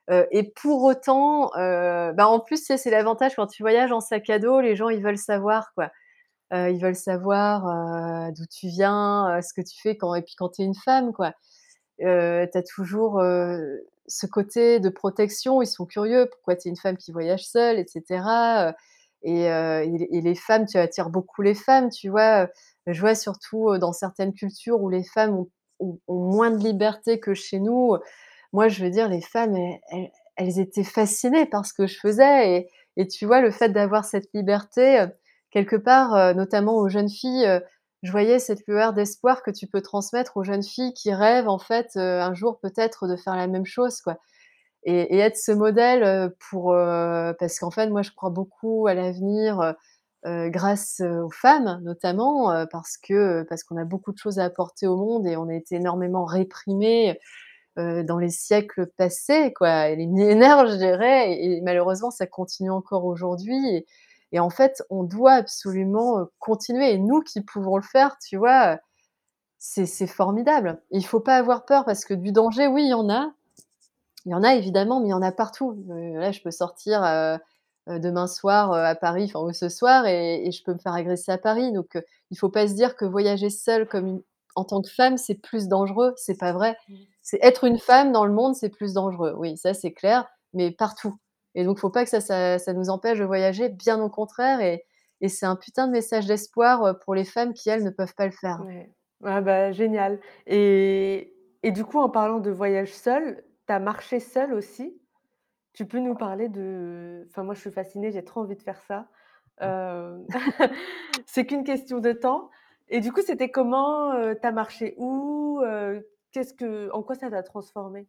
Heu et pour autant, heu, bah, en plus, tu sais, c'est l'avantage quand tu voyages en sac à dos, les gens, ils veulent savoir, quoi. Heu, ils veulent savoir, heu, d'où tu viens, heu, ce que tu fais quand et puis quand tu es une femme, quoi. Heu, tu as toujours, heu, ce côté de protection. Ils sont curieux, pourquoi tu es une femme qui voyage seule et cetera, heu et heu et les et les femmes, tu attires beaucoup les femmes, tu vois? Heu, je vois surtout, heu, dans certaines cultures où les femmes ont ont ont moins de liberté que chez nous. Moi, je veux dire, les femmes, elles elles elles étaient fascinées par ce que je faisais et et tu vois, le fait d'avoir cette liberté, heu, quelque part, heu, notamment aux jeunes filles, heu, je voyais cette lueur d'espoir que tu peux transmettre aux jeunes filles qui rêvent en fait, heu, un jour peut-être de faire la même chose, quoi et et être ce modèle, heu, pour, heu parce qu'en fait, moi, je crois beaucoup à l'avenir, heu heu, grâce, heu, aux femmes notamment, heu, parce que, parce qu'on a beaucoup de choses à apporter au monde et on a été énormément réprimées, heu, dans les siècles passés, quoi et les millénaires, je dirais et et malheureusement, ça continue encore aujourd'hui et et en fait, on doit absolument, heu, continuer et nous qui pouvons le faire, tu vois, heu, c'est c'est formidable. Il faut pas avoir peur parce que du danger, oui, il y en a. Il y en a évidemment, mais il y en a partout. Heu, là, je peux sortir, heu heu, demain soir, heu, à Paris, enfin ou ce soir et et je peux me faire agresser à Paris donc heu, il faut pas se dire que voyager seule comme une en tant que femme, c'est plus dangereux, c'est pas vrai. Mmh. C'est être une femme dans le monde, c'est plus dangereux. Oui, ça, c'est clair, mais partout et donc faut pas que ça ça ça nous empêche de voyager, bien au contraire et et c'est un putain de message d'espoir, heu, pour les femmes qui, elles, ne peuvent pas le faire. Ouais. Ah bah, génial et et du coup, en parlant de voyage seul, tu as marché seule aussi? Tu peux nous parler de enfin moi je suis fascinée, j'ai trop envie de faire ça. Heu, c'est qu'une question de temps et du coup, c'était comment, heu, tu as marché où? Heu, qu'est-ce que en quoi ça t'a transformée?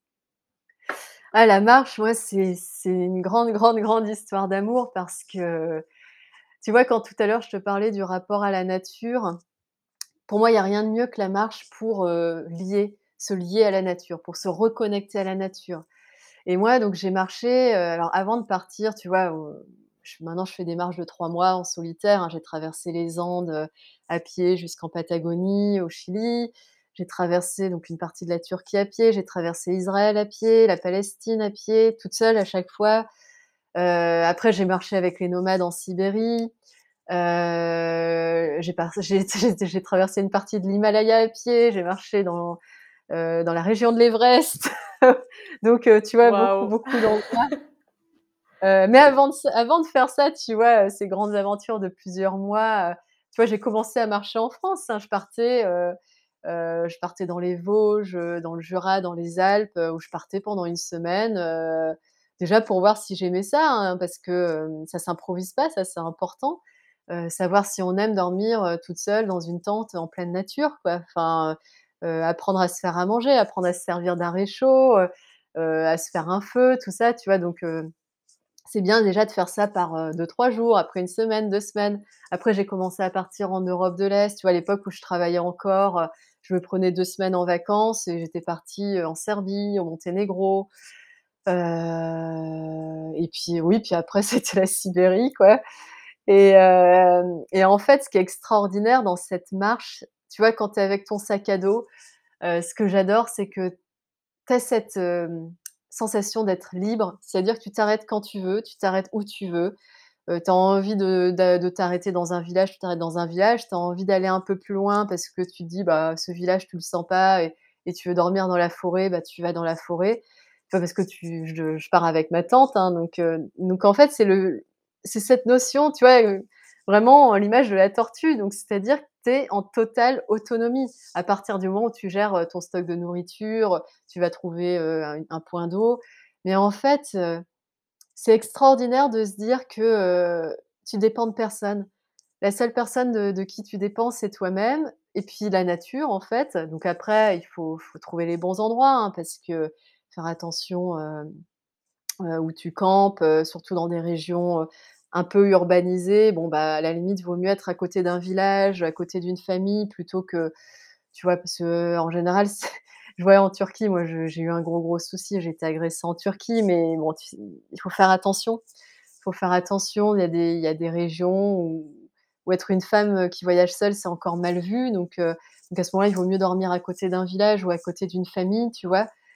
Ah, la marche, moi, c'est c'est une grande, grande, grande histoire d'amour parce que, tu vois, quand tout à l'heure je te parlais du rapport à la nature, pour moi, il y a rien de mieux que la marche pour, heu, lier se lier à la nature, pour se reconnecter à la nature et moi, donc j'ai marché, heu, alors avant de partir, tu vois, heu, je maintenant je fais des marches de trois mois en solitaire, hein. J'ai traversé les Andes, heu, à pied jusqu'en Patagonie, au Chili. J'ai traversé donc une partie de la Turquie à pied, j'ai traversé Israël à pied, la Palestine à pied, toute seule à chaque fois. Heu, après j'ai marché avec les nomades en Sibérie. Heu, j'ai par j'ai j'ai j'ai traversé une partie de l'Himalaya à pied, j'ai marché dans, heu, dans la région de l'Everest. Donc heu, tu vois, beaucoup, Waouh! beaucoup d'endroits. Heu, mais avant de ça avant de faire ça, tu vois, heu, ces grandes aventures de plusieurs mois, heu, tu vois, j'ai commencé à marcher en France, hein. Je partais, heu heu, je partais dans les Vosges, heu, dans le Jura, dans les Alpes, heu, où je partais pendant une semaine, heu, déjà pour voir si j'aimais ça, hein, parce que, hem, ça s'improvise pas, ça, c'est important. Heu, savoir si on aime dormir, heu, toute seule dans une tente en pleine nature, quoi. Enfin, heu apprendre à se faire à manger, apprendre à se servir d'un réchaud, heu heu, à se faire un feu, tout ça, tu vois? Donc heu c'est bien déjà de faire ça par, heu, deux trois jours, après une semaine, deux semaines. Après j'ai commencé à partir en Europe de l'Est, tu vois? À l'époque où je travaillais encore, heu, je me prenais deux semaines en vacances et j'étais partie, heu, en Serbie, au Monténégro, heu et puis oui, puis après c'était la Sibérie, quoi et hem et en fait, ce qui est extraordinaire dans cette marche, tu vois? Quand tu es avec ton sac à dos, heu, ce que j'adore, c'est que tu as cette, hem, sensation d'être libre, c'est-à-dire que tu t'arrêtes quand tu veux, tu t'arrêtes où tu veux. Heu, tu as envie de d'a de t'arrêter dans un village, tu t'arrêtes dans un village. Tu as envie d'aller un peu plus loin parce que tu te dis: «Bah, ce village, tu le sens pas et et tu veux dormir dans la forêt», bah, tu vas dans la forêt. Tu vois? Parce que tu je je pars avec ma tante, hein, donc heu, donc en fait, c'est le c'est cette notion, tu vois, heu, vraiment l'image de la tortue, donc c'est-à-dire que tu es en totale autonomie. À partir du moment où tu gères, heu, ton stock de nourriture, tu vas trouver, heu, un un point d'eau, mais en fait, heu, c'est extraordinaire de se dire que, heu, tu dépends de personne. La seule personne de de qui tu dépends, c'est toi-même et puis la nature, en fait. Donc après, il faut faut trouver les bons endroits, hein, parce que faire attention, hem, heu, où tu campes, heu, surtout dans des régions, heu, un peu urbanisées. Bon, bah, à la limite, vaut mieux être à côté d'un village, à côté d'une famille plutôt que tu vois? Parce qu'en général, c'est je voyais en Turquie, moi, je j'ai eu un gros, gros souci, j'ai été agressée en Turquie, mais bon, tu il faut faire attention. Il faut faire attention, il y a des il y a des régions où où être une femme, heu, qui voyage seule, c'est encore mal vu, donc heu, donc à ce moment-là, il vaut mieux dormir à côté d'un village ou à côté d'une famille, tu vois?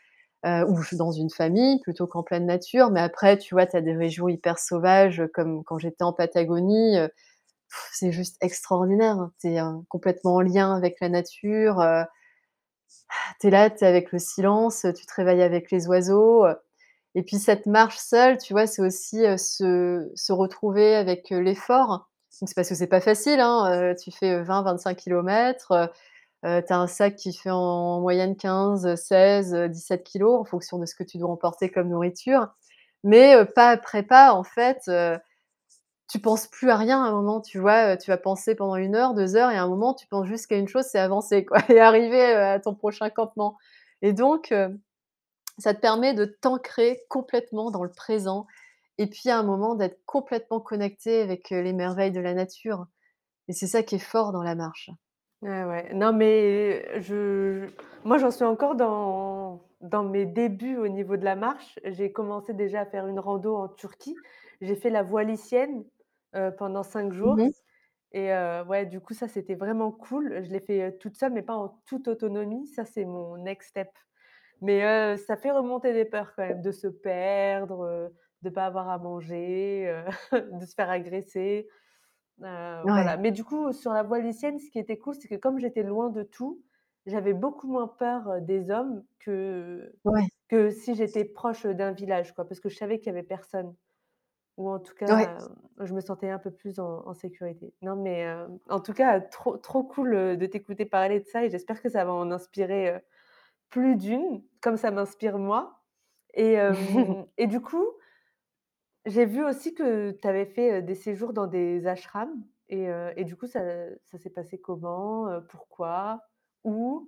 heu, ou dans une famille plutôt qu'en pleine nature. Mais après, tu vois, tu as des régions hyper sauvages, heu, comme quand j'étais en Patagonie, heu, c'est juste extraordinaire, hein. Tu es, heu, complètement en lien avec la nature, heu, tu es là, tu es avec le silence, heu, tu te réveilles avec les oiseaux, heu et puis cette marche seule, tu vois, c'est aussi, heu, se se retrouver avec, heu, l'effort. Donc c'est parce que c'est pas facile, hein, heu, tu fais, heu, vingt vingt-cinq kilomètres, heu heu, tu as un sac qui fait en moyenne quinze, seize, heu, dix-sept kilogrammes en fonction de ce que tu dois emporter comme nourriture. Mais, heu, pas après pas, en fait, heu, tu penses plus à rien à un moment, tu vois? Heu, tu vas penser pendant une heure, deux heures et à un moment, tu penses juste qu'à une chose, c'est avancer, quoi et arriver, heu, à ton prochain campement et donc, heu, ça te permet de t'ancrer complètement dans le présent et puis à un moment d'être complètement connecté avec, heu, les merveilles de la nature et c'est ça qui est fort dans la marche. Ouais, ouais. Non, mais je je moi, j'en suis encore dans dans mes débuts au niveau de la marche. J'ai commencé déjà à faire une rando en Turquie. J'ai fait la voie lycienne, heu, pendant cinq Mmh jours mh. et heu, ouais, du coup, ça, c'était vraiment cool. Je l'ai fait, heu, toute seule, mais pas en toute autonomie. Ça, c'est mon next step. Mais heu, ça fait remonter des peurs quand même de se perdre, heu, de pas avoir à manger, heu, de se faire agresser. Heu, voilà, Ouais, mais du coup, sur la voie lycéenne, ce qui était cool, c'est que comme j'étais loin de tout, j'avais beaucoup moins peur, heu, des hommes que ouais, que si j'étais proche, d'un village, quoi. Parce que je savais qu'il y avait personne ou en tout ouais. cas, heu, je me sentais un peu plus en en sécurité. Non, mais heu, en tout cas, trop trop cool, heu, de t'écouter parler de ça et j'espère que ça va en inspirer, heu, plus d'une, comme ça m'inspire moi et hem et du coup, j'ai vu aussi que tu avais fait, heu, des séjours dans des ashrams et heu et du coup ça ça s'est passé comment? Heu, pourquoi? Où?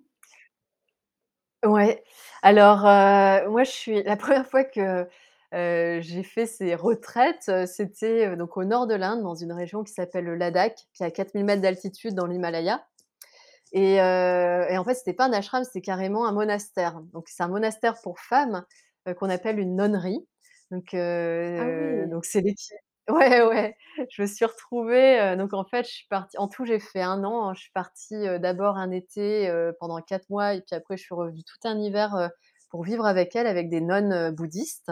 Ouais. Alors, heu, moi, je suis la première fois que, heu, j'ai fait ces retraites, heu, c'était, heu, donc au nord de l'Inde, dans une région qui s'appelle le Ladakh, qui est à quatre mille mètres d'altitude dans l'Himalaya et heu et en fait, c'était pas un ashram, c'était carrément un monastère. Donc c'est un monastère pour femmes, heu, qu'on appelle une nonnerie. Donc Ah heu, oui! donc c'est l'équi ouais, ouais. Je me suis retrouvée, heu, donc en fait, je suis partie en tout, j'ai fait un an, hein. Je suis partie, heu, d'abord un été, heu, pendant quatre mois et puis après je suis revenue tout un hiver, heu, pour vivre avec elles, avec des nonnes, heu, bouddhistes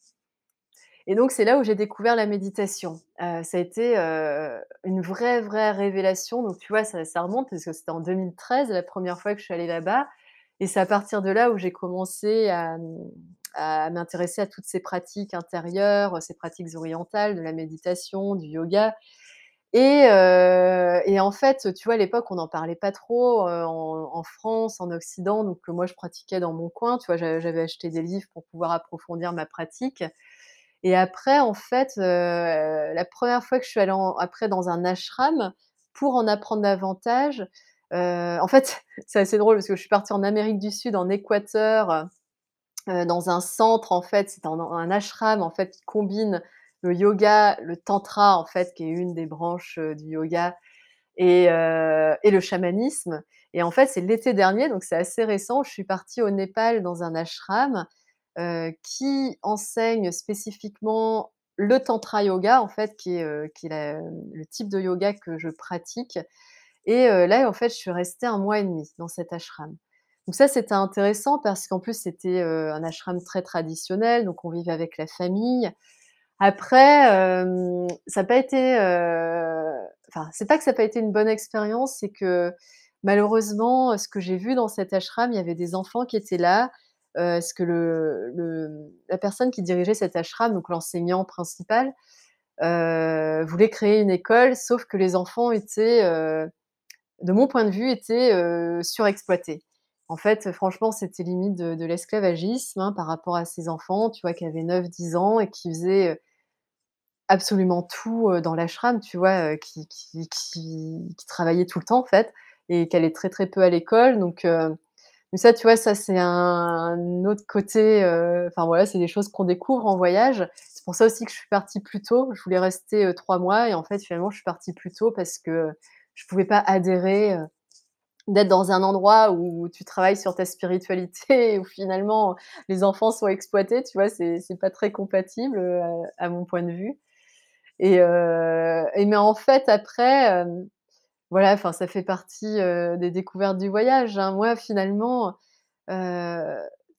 et donc c'est là où j'ai découvert la méditation. Heu, ça a été, heu, une vraie, vraie révélation. Donc tu vois, ça ça remonte parce que c'était en deux mille treize la première fois que je suis allée là-bas et c'est à partir de là où j'ai commencé à, mmh, à m'intéresser à toutes ces pratiques intérieures, ces pratiques orientales, de la méditation, du yoga et heu et en fait, tu vois, à l'époque, on n'en parlait pas trop, heu, en en France, en Occident, donc heu, moi, je pratiquais dans mon coin, tu vois? J'a j'avais acheté des livres pour pouvoir approfondir ma pratique et après, en fait, heu, la première fois que je suis allée en après dans un ashram pour en apprendre davantage, heu, en fait, c'est assez drôle parce que je suis partie en Amérique du Sud, en Équateur, heu, dans un centre, en fait, c'était un un ashram, en fait, qui combine le yoga, le tantra, en fait, qui est une des branches, heu, du yoga et heu et le chamanisme et en fait, c'est l'été dernier, donc c'est assez récent, je suis partie au Népal dans un ashram, heu, qui enseigne spécifiquement le tantra yoga, en fait, qui est, heu, qui est la le type de yoga que je pratique et heu, là, en fait, je suis restée un mois et demi dans cet ashram. Donc ça, c'était intéressant parce qu'en plus, c'était, heu, un ashram très traditionnel, donc on vivait avec la famille. Après, hem, ça a pas été, heu, enfin, c'est pas que ça a pas été une bonne expérience, c'est que malheureusement, ce que j'ai vu dans cet ashram, il y avait des enfants qui étaient là, heu, parce que le le la personne qui dirigeait cet ashram, donc l'enseignant principal, heu, voulait créer une école, sauf que les enfants étaient, heu, de mon point de vue, étaient, heu, surexploités. En fait, franchement, c'était limite de de l'esclavagisme, hein, par rapport à ces enfants, tu vois, qui avaient neuf dix ans et qui faisaient, heu absolument tout, heu, dans l'ashram, tu vois? Heu, qui qui qui qui travaillait tout le temps, en fait et qui allait très, très peu à l'école donc heu, mais ça, tu vois, ça, c'est un autre côté, heu, enfin, voilà, c'est des choses qu'on découvre en voyage. C'est pour ça aussi que je suis partie plus tôt. Je voulais rester, heu, trois mois et en fait, finalement, je suis partie plus tôt parce que je pouvais pas adhérer, heu, d'être dans un endroit où tu travailles sur ta spiritualité et où finalement les enfants sont exploités, tu vois? C'est c'est pas très compatible, heu, à mon point de vue. Et heu et mais en fait après, hem, voilà, enfin ça fait partie, heu, des découvertes du voyage, hein. Moi finalement, heu,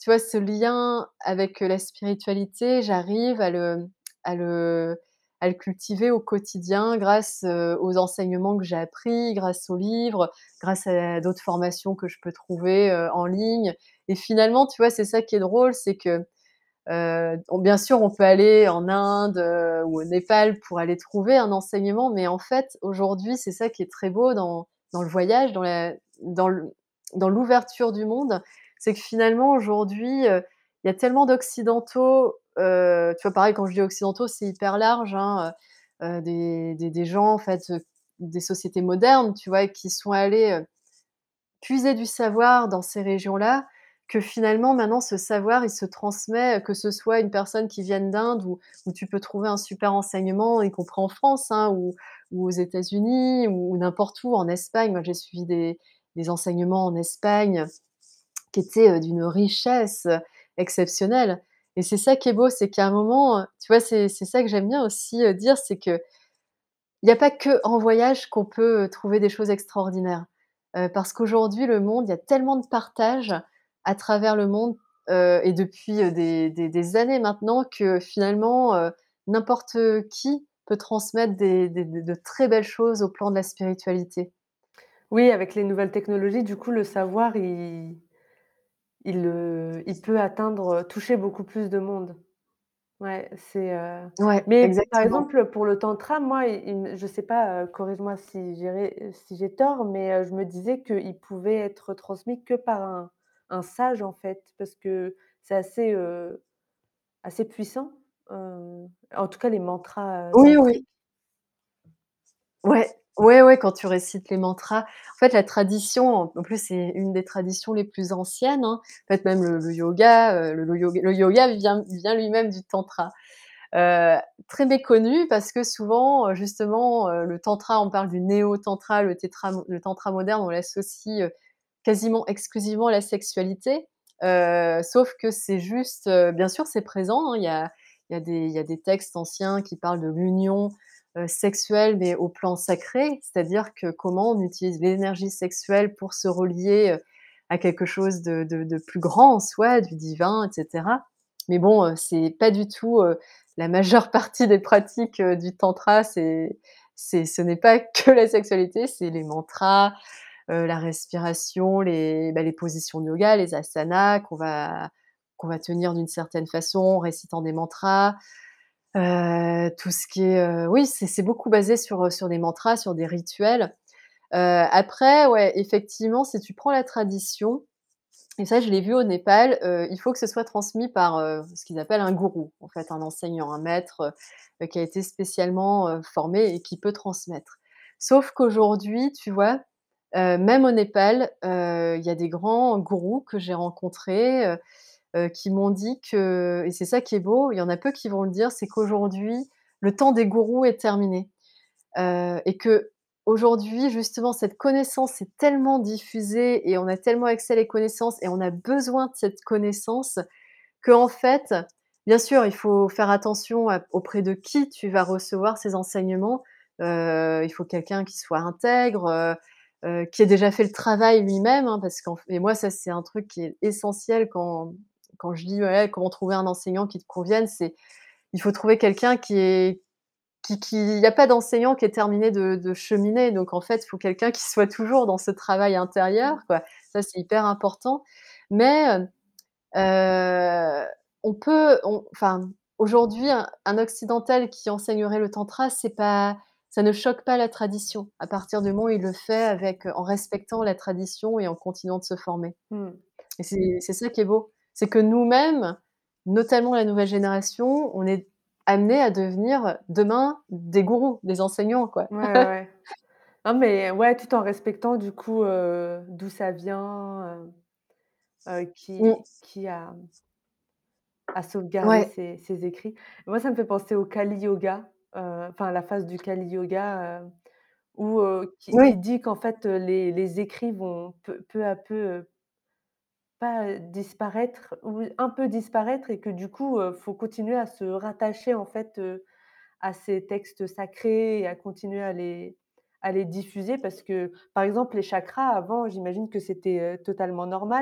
tu vois, ce lien avec, heu, la spiritualité, j'arrive à le à le à le cultiver au quotidien grâce, heu, aux enseignements que j'ai appris, grâce aux livres, grâce à d'autres formations que je peux trouver, heu, en ligne et finalement, tu vois, c'est ça qui est drôle, c'est que, heu, on bien sûr, on peut aller en Inde, heu, ou au Népal pour aller trouver un enseignement, mais en fait, aujourd'hui, c'est ça qui est très beau dans dans le voyage, dans la dans le dans l'ouverture du monde, c'est que finalement, aujourd'hui, heu, il y a tellement d'occidentaux, heu, tu vois, pareil, quand je dis occidentaux, c'est hyper large, hein, heu heu, des des des gens, en fait, heu, des sociétés modernes, tu vois, qui sont allés, heu, puiser du savoir dans ces régions-là, que finalement maintenant ce savoir il se transmet, heu, que ce soit une personne qui vienne d'Inde où où tu peux trouver un super enseignement, y compris en France, hein, ou ou aux États-Unis ou n'importe où, en Espagne. Moi, j'ai suivi des des enseignements en Espagne qui étaient, heu, d'une richesse, heu, exceptionnelle et c'est ça qui est beau, c'est qu'à un moment, heu, tu vois, c'est c'est ça que j'aime bien aussi, heu, dire, c'est que il y a pas qu'en voyage qu'on peut, heu, trouver des choses extraordinaires. Heu, parce qu'aujourd'hui, le monde, il y a tellement de partage à travers le monde, heu et depuis, heu, des des des années maintenant que finalement, heu, n'importe qui peut transmettre des des de de très belles choses au plan de la spiritualité. Oui, avec les nouvelles technologies, du coup, le savoir, il il, heu, il peut atteindre, heu, toucher beaucoup plus de monde. Ouais, c'est, heu Ouais, mais par exactement. exemple, pour le tantra, moi, il il me je sais pas, heu, corrige-moi si j'ai ré si j'ai tort, mais heu, je me disais qu'il pouvait être transmis que par un un sage, en fait, parce que c'est assez, heu, assez puissant, heu, en tout cas les mantras, heu, Oui, oui. tantriques. Ouais, ouais, ouais, quand tu récites les mantras. En fait, la tradition, en en plus, c'est une des traditions les plus anciennes, hein. En fait, même le le yoga, heu, le le yoga le yoga vient vient lui-même du tantra. Heu, très méconnu parce que souvent, heu, justement, heu, le tantra, on parle du néo-tantra, le tétra le tantra moderne, on l'associe, heu, quasiment exclusivement à la sexualité. Heu, sauf que c'est juste, heu, bien sûr, c'est présent, hein, il y a il y a des il y a des textes anciens qui parlent de l'union, heu, sexuelle, mais au plan sacré. C'est-à-dire que comment on utilise l'énergie sexuelle pour se relier, heu, à quelque chose de de de plus grand en soi, du divin et cetera. Mais bon, heu, c'est pas du tout, heu, la majeure partie des pratiques, heu, du tantra, c'est c'est ce n'est pas que la sexualité, c'est les mantras, heu, la respiration, les, bah, les positions de yoga, les asanas qu'on va qu'on va tenir d'une certaine façon en récitant des mantras. Heu, tout ce qui est, heu, oui, c'est c'est beaucoup basé sur, heu, sur des mantras, sur des rituels. Heu, après, ouais, effectivement, si tu prends la tradition et ça, je l'ai vu au Népal, heu, il faut que ce soit transmis par, heu, ce qu'ils appellent un gourou, en fait, un enseignant, un maître, heu, qui a été spécialement, heu, formé et qui peut transmettre. Sauf qu'aujourd'hui, tu vois, heu, même au Népal, heu, il y a des grands gourous que j'ai rencontrés, heu heu, qui m'ont dit que et c'est ça qui est beau, il y en a peu qui vont le dire, c'est qu'aujourd'hui, le temps des gourous est terminé. Heu et qu'aujourd'hui, justement, cette connaissance est tellement diffusée et on a tellement accès à les connaissances et on a besoin de cette connaissance qu'en fait, bien sûr, il faut faire attention à auprès de qui tu vas recevoir ces enseignements. Heu, il faut quelqu'un qui soit intègre, heu heu, qui ait déjà fait le travail lui-même, hein, parce qu'en f et moi, ça, c'est un truc qui est essentiel quand quand je dis: «Ouais, comment trouver un enseignant qui te convienne?» c'est il faut trouver quelqu'un qui est qui qui il y a pas d'enseignant qui est terminé de de cheminer, donc en fait, il faut quelqu'un qui soit toujours dans ce travail intérieur, quoi. Ça, c'est hyper important. Mais, heu heu, on peut on enfin, aujourd'hui, un un occidental qui enseignerait le tantra, c'est pas ça ne choque pas la tradition, à partir du moment où il le fait avec, en respectant la tradition et en continuant de se former. Mmh. Et c'est c'est ça qui est beau. C'est que nous-mêmes, notamment la nouvelle génération, on est amenés à devenir demain des gourous, des enseignants, quoi. Ouais, ouais, ouais. Non, mais ouais, tout en respectant du coup, heu, d'où ça vient, heu heu, Mmh. qui qui a a sauvegardé Ouais, ses ses écrits. Moi, ça me fait penser au Kali Yoga, heu, enfin la phase du Kali Yoga, heu, où, heu, qui oui, qui dit qu'en fait, heu, les les écrits vont peu peu à peu, heu, pas, heu, disparaître ou un peu disparaître et que du coup, heu, faut continuer à se rattacher en fait, heu, à ces textes sacrés et à continuer à les à les diffuser parce que, par exemple, les chakras avant, j'imagine que c'était, heu, totalement normal.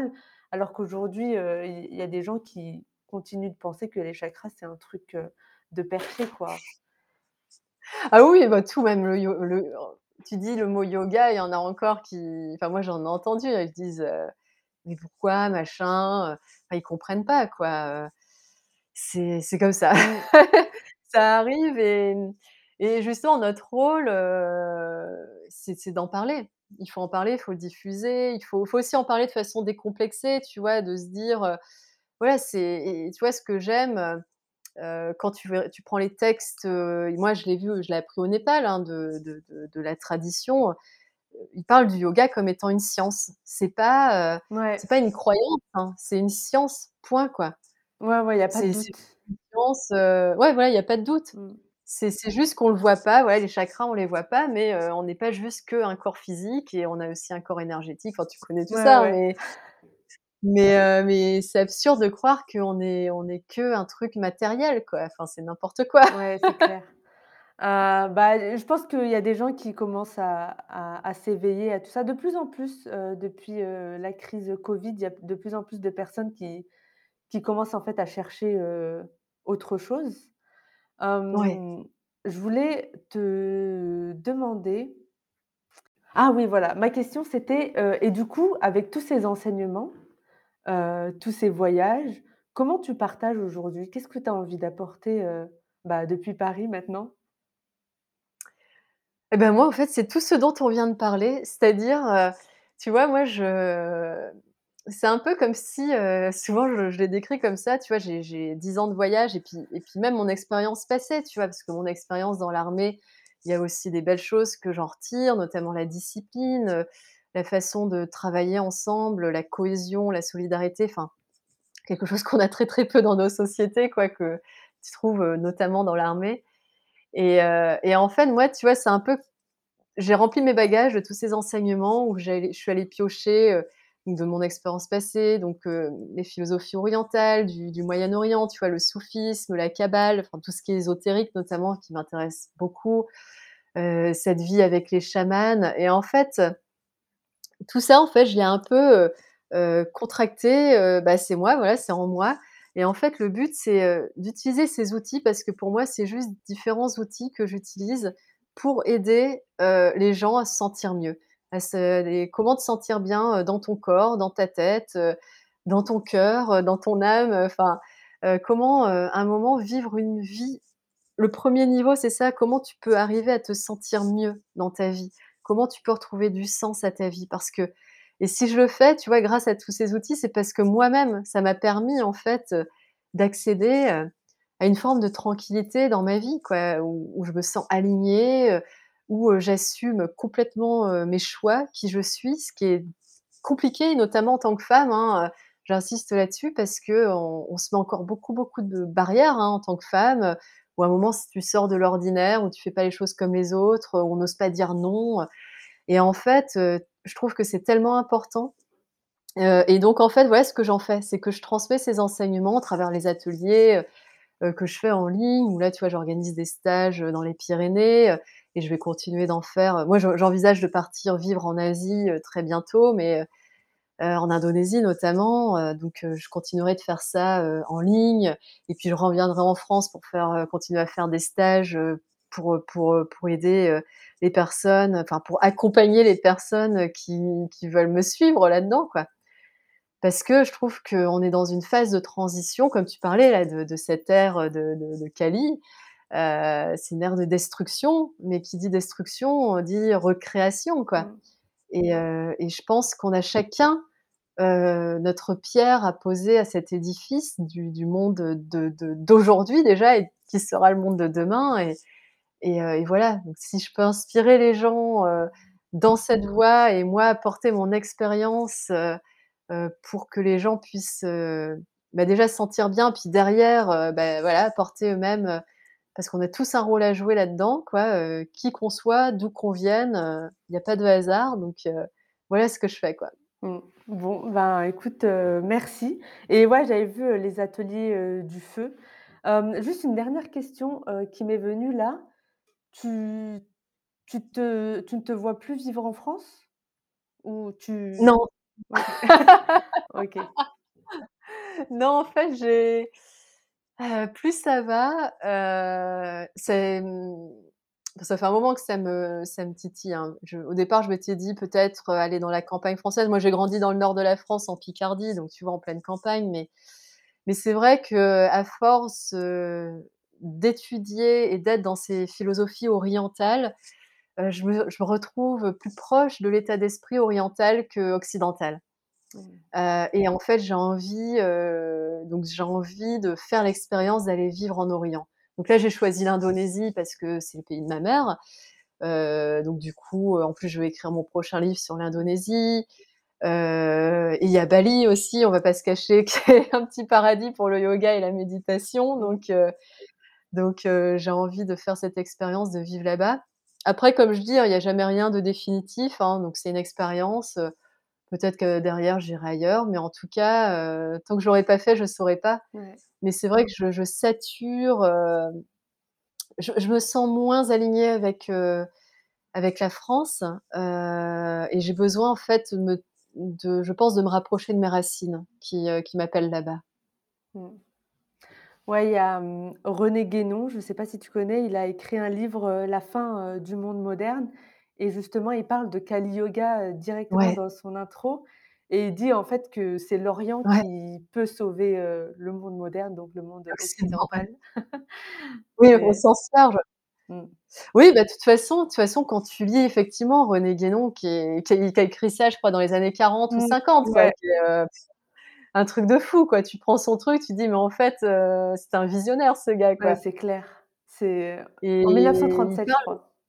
Alors qu'aujourd'hui, heu, il il y a des gens qui continuent de penser que les chakras, c'est un truc, heu, de perché, quoi. Ah oui, bah, tout, même le yo le tu dis le mot yoga, il y en a encore qui enfin moi j'en ai entendu, ils disent, heu: «Mais pourquoi machin?» heu, enfin ils comprennent pas quoi, heu, c'est c'est comme ça. Mmh. Ça arrive et mmh et justement notre rôle, heu, c'est c'est d'en parler. Il faut en parler, il faut le diffuser, il faut faut aussi en parler de façon décomplexée, tu vois? De se dire, heu, voilà, c'est et tu vois ce que j'aime, heu heu, quand tu ver tu prends les textes, heu, moi je l'ai vu, je l'ai appris au Népal, hein, de de de de la tradition, heu, ils parlent du yoga comme étant une science. C'est pas, heu, Ouais. c'est pas une croyance, hein, c'est une science, point, quoi. Ouais, ouais, il y a pas de C'est c'est doute. une science, heu, ouais, voilà, il y a pas de doute. Mmh. C'est c'est juste qu'on le voit pas, voilà, les chakras, on les voit pas, mais heu, on n'est pas juste qu'un corps physique et on a aussi un corps énergétique. Enfin, tu connais tout Ouais, ça, hein, ouais. mais mais heu, mais c'est absurde de croire qu'on est on est qu'un truc matériel, quoi. Enfin, c'est n'importe quoi. Ouais, c'est clair. Heu, bah, je pense qu'il y a des gens qui commencent à à à s'éveiller à tout ça. De plus en plus, heu, depuis, heu, la crise Covid, il y a de plus en plus de personnes qui qui commencent en fait à chercher, heu, autre chose. Ouais. Hem, je voulais te demander ah oui, voilà, ma question c'était, heu et du coup, avec tous ces enseignements, heu, tous ces voyages, comment tu partages aujourd'hui? Qu'est-ce que tu as envie d'apporter, heu, bah, depuis Paris maintenant? Et ben, moi, en fait, c'est tout ce dont on vient de parler, c'est-à-dire, heu, tu vois, moi, je c'est un peu comme si, heu, souvent je je l'ai décrit comme ça, tu vois, j'ai j'ai dix ans de voyage et puis et puis même mon expérience passée, tu vois? Parce que mon expérience dans l'armée, il y a aussi des belles choses que j'en retire, notamment la discipline, heu, la façon de travailler ensemble, la cohésion, la solidarité, enfin, quelque chose qu'on a très, très peu dans nos sociétés, quoi, que tu trouves, heu, notamment dans l'armée et heu et en fait, moi, tu vois, c'est un peu j'ai rempli mes bagages de tous ces enseignements où j'allais je suis allée piocher, heu, de mon expérience passée, donc heu, les philosophies orientales, du du Moyen-Orient, tu vois? Le soufisme, la kabbale, enfin tout ce qui est ésotérique notamment qui m'intéresse beaucoup, heu, cette vie avec les chamans et en fait, tout ça, en fait, je l'ai un peu, heu heu, contracté, heu, bah, c'est moi, voilà, c'est en moi et en fait, le but, c'est, heu, d'utiliser ces outils parce que pour moi, c'est juste différents outils que j'utilise pour aider, heu, les gens à se sentir mieux, à se les comment te sentir bien, heu, dans ton corps, dans ta tête, heu, dans ton cœur, heu, dans ton âme, enfin, heu, comment, heu, à un moment vivre une vie le premier niveau, c'est ça, comment tu peux arriver à te sentir mieux dans ta vie? Comment tu peux retrouver du sens à ta vie? Parce que et si je le fais, tu vois, grâce à tous ces outils, c'est parce que moi-même, ça m'a permis en fait, heu, d'accéder, heu, à une forme de tranquillité dans ma vie quoi, où où je me sens alignée, heu, où, heu, j'assume complètement, heu, mes choix, qui je suis, ce qui est compliqué, notamment en tant que femme, hein, heu, j'insiste là-dessus parce qu'on on se met encore beaucoup, beaucoup de barrières, hein, en tant que femme, ou à un moment, si tu sors de l'ordinaire, ou tu fais pas les choses comme les autres, heu, on n'ose pas dire non, heu et en fait, heu, je trouve que c'est tellement important, heu et donc en fait, voilà ce que j'en fais, c'est que je transmets ces enseignements à travers les ateliers, heu heu, que je fais en ligne où là, tu vois, j'organise des stages, heu, dans les Pyrénées, heu et je vais continuer d'en faire, moi, j'en j'envisage de partir vivre en Asie, heu, très bientôt, mais heu heu, en Indonésie notamment, heu, donc heu, je continuerai de faire ça, heu, en ligne et puis je reviendrai en France pour faire, heu, continuer à faire des stages, heu, pour, heu pour, heu pour aider, heu, les personnes, enfin pour accompagner les personnes, qui qui veulent me suivre là-dedans, quoi. Parce que je trouve qu'on est dans une phase de transition, comme tu parlais là de de cette ère, de de de Kali, heu, c'est une ère de destruction, mais qui dit destruction, heu, dit recréation, quoi Mmh. et heu et je pense qu'on a chacun, heu, notre pierre à poser à cet édifice du du monde, de de d'aujourd'hui déjà et qui sera le monde de demain et et heu et voilà, donc si je peux inspirer les gens, heu, dans cette voie et moi apporter mon expérience, heu heu, pour que les gens puissent, heu, bah, déjà se sentir bien, puis derrière, heu, bah, voilà, apporter eux-mêmes, heu, parce qu'on a tous un rôle à jouer là-dedans, quoi, heu, qui qu'on soit, d'où qu'on vienne, heu, il y a pas de hasard donc heu, voilà ce que je fais, quoi. Mmh. Bon, ben, écoute, heu, merci et ouais, j'avais vu, heu, les ateliers, heu, du feu. Hem, juste une dernière question, heu, qui m'est venue là. Tu tu te tu ne te vois plus vivre en France? Ou tu Non. OK. OK. Non, en fait, j'ai heu, plus ça va, heu, c'est, mmh, ça fait un moment que ça me ça me titille, hein. Je au départ, je m'étais dit peut-être, heu, aller dans la campagne française. Moi, j'ai grandi dans le nord de la France, en Picardie, donc tu vois, en pleine campagne, mais mais c'est vrai qu'à force, heu, d'étudier et d'être dans ces philosophies orientales, heu, je me je me retrouve plus proche de l'état d'esprit oriental qu'occidental. Mmh. Heu et en fait, j'ai envie, heu, donc j'ai envie de faire l'expérience d'aller vivre en Orient. Donc là, j'ai choisi l'Indonésie parce que c'est le pays de ma mère. Heu, donc du coup, heu, en plus, je vais écrire mon prochain livre sur l'Indonésie. Heu et il y a Bali aussi, on va pas se cacher, qui est un petit paradis pour le yoga et la méditation. Mmh. Donc heu donc heu, j'ai envie de faire cette expérience, de vivre là-bas. Après, comme je dis, hein, il y a jamais rien de définitif, hein, donc c'est une expérience, heu, peut-être que derrière j'irai ailleurs, mais en tout cas, heu, tant que je l'aurai pas fait, je saurais pas. Ouais. Mais c'est vrai que je je sature, heu, je je me sens moins alignée avec, heu, avec la France, heu et j'ai besoin en fait de me de je pense de me rapprocher de mes racines qui, heu, qui m'appellent là-bas. Mmh. Ouais, il y a, mmh, René Guénon, je ne sais pas si tu connais, il a écrit un livre, heu, La fin, heu, du monde moderne et justement il parle de Kali Yoga, heu, directement Ouais, dans son intro et il dit en fait que c'est l'Orient ouais, qui peut sauver, heu, le monde moderne, donc le monde l'Occident, ouais. occidental. Oui, au C'est sens large. mmh. Oui, bah, de toute façon de toute façon, quand tu lis effectivement René Guénon qui est qui a qui a écrit ça, je crois, dans les années quarante ou Mmh, cinquante, quoi, ouais, qui est, heu, un truc de fou, quoi. Tu prends son truc, tu dis: «Mais en fait, heu, c'est un visionnaire ce gars, ouais, quoi» c'est clair. C'est, et en il mille neuf cent trente-sept, je parle crois.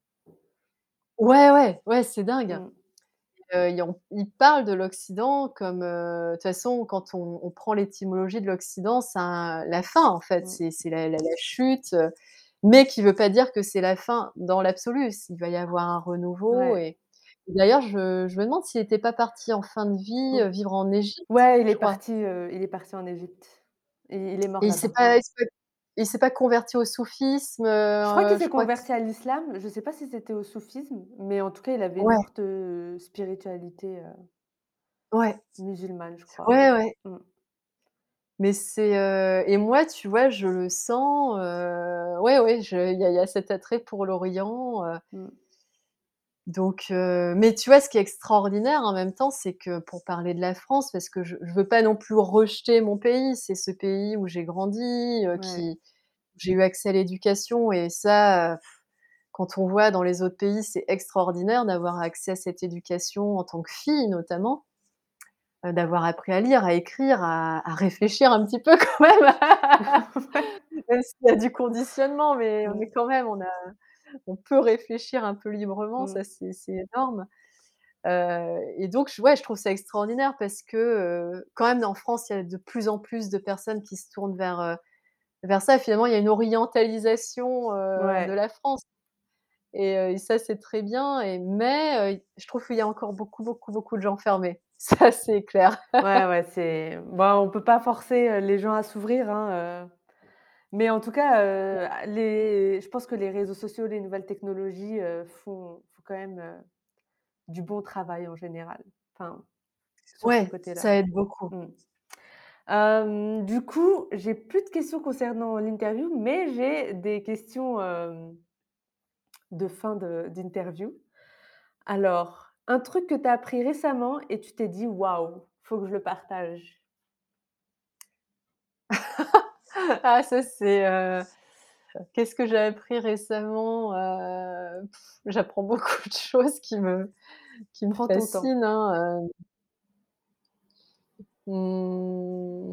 ouais, ouais, ouais, c'est dingue. Mmh, Heu, il en il parle de l'Occident comme, heu, de toute façon, quand on on prend l'étymologie de l'Occident, c'est un la fin, en fait, mmh, c'est c'est la la la chute, heu, mais qui veut pas dire que c'est la fin dans l'absolu. Il va y avoir un renouveau ouais, et d'ailleurs, je je me demande s'il était pas parti en fin de vie, mmh. heu, vivre en Égypte, Ouais, il est je crois parti, heu, il est parti en Égypte et il est mort et il s'est là-bas. pas il s'est pas il s'est pas converti au soufisme, Je crois qu'il heu, je s'est crois que converti à l'islam, je sais pas si c'était au soufisme, mais en tout cas, il avait une ouais, forte, heu, spiritualité, heu, ouais, musulmane, je crois. ouais, ouais. Mmh. Mais c'est, heu et moi, tu vois, je le sens, heu, ouais, ouais, je il y a il y a cet attrait pour l'Orient, heu, Mmh. donc heu, mais tu vois, ce qui est extraordinaire en même temps, c'est que pour parler de la France, parce que je je veux pas non plus rejeter mon pays, c'est ce pays où j'ai grandi, heu, Ouais. qui où j'ai eu accès à l'éducation et ça, heu, quand on voit dans les autres pays, c'est extraordinaire d'avoir accès à cette éducation en tant que fille notamment, heu, d'avoir appris à lire, à écrire, à à réfléchir un petit peu quand même. Même s'il y a du conditionnement, mais Ouais. on Mmh. est quand même on a on peut réfléchir un peu librement, Mmh. ça c'est c'est énorme. Heu et donc j ouais, je trouve ça extraordinaire parce que, heu, quand même en France, il y a de plus en plus de personnes qui se tournent vers, heu, vers ça. Finalement, il y a une orientalisation, heu, de Ouais. la France et heu et ça, c'est très bien et mais heu, je trouve qu'il y a encore beaucoup, beaucoup, beaucoup de gens fermés. Ça, c'est clair. Ouais, ouais, c'est bah, on peut pas forcer, heu, les gens à s'ouvrir, hein, heu, mais en tout cas, heu, les je pense que les réseaux sociaux, les nouvelles technologies, heu, font font quand même, heu, du bon travail en général. Enfin, sur ce Ouais, côté-là. ça aide beaucoup. Mmh. Hem, du coup, j'ai plus de questions concernant l'interview, mais j'ai des questions, hem, de fin de d'interview. Alors, un truc que tu as appris récemment et tu t'es dit: «Waouh, faut que je le partage». Ah ça, c'est, heu qu'est-ce que j'ai appris récemment? Heu, j'apprends beaucoup de choses qui me qui me Prends ton temps. fascinent, hein, heu, mmh,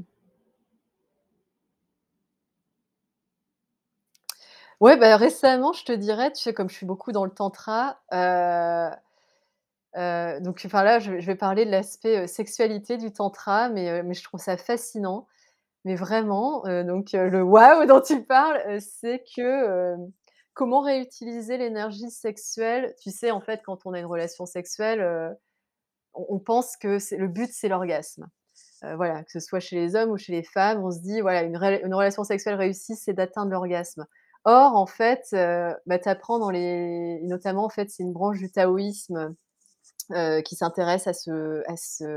ouais, bah, récemment, je te dirais, tu sais, comme je suis beaucoup dans le tantra, heu heu, donc enfin là, je vais je vais parler de l'aspect, heu, sexualité du tantra, mais heu, mais je trouve ça fascinant, mais vraiment, heu, donc heu, le waouh dont tu parles, heu, c'est que, hem, comment réutiliser l'énergie sexuelle. Tu sais, en fait, quand on a une relation sexuelle, heu on on pense que c'est le but, c'est l'orgasme. Heu, voilà, que ce soit chez les hommes ou chez les femmes, on se dit: «Voilà, une ré une relation sexuelle réussie, c'est d'atteindre l'orgasme». Or, en fait, heu, bah, tu apprends dans les notamment, en fait, c'est une branche du taoïsme, heu, qui s'intéresse à ce à ce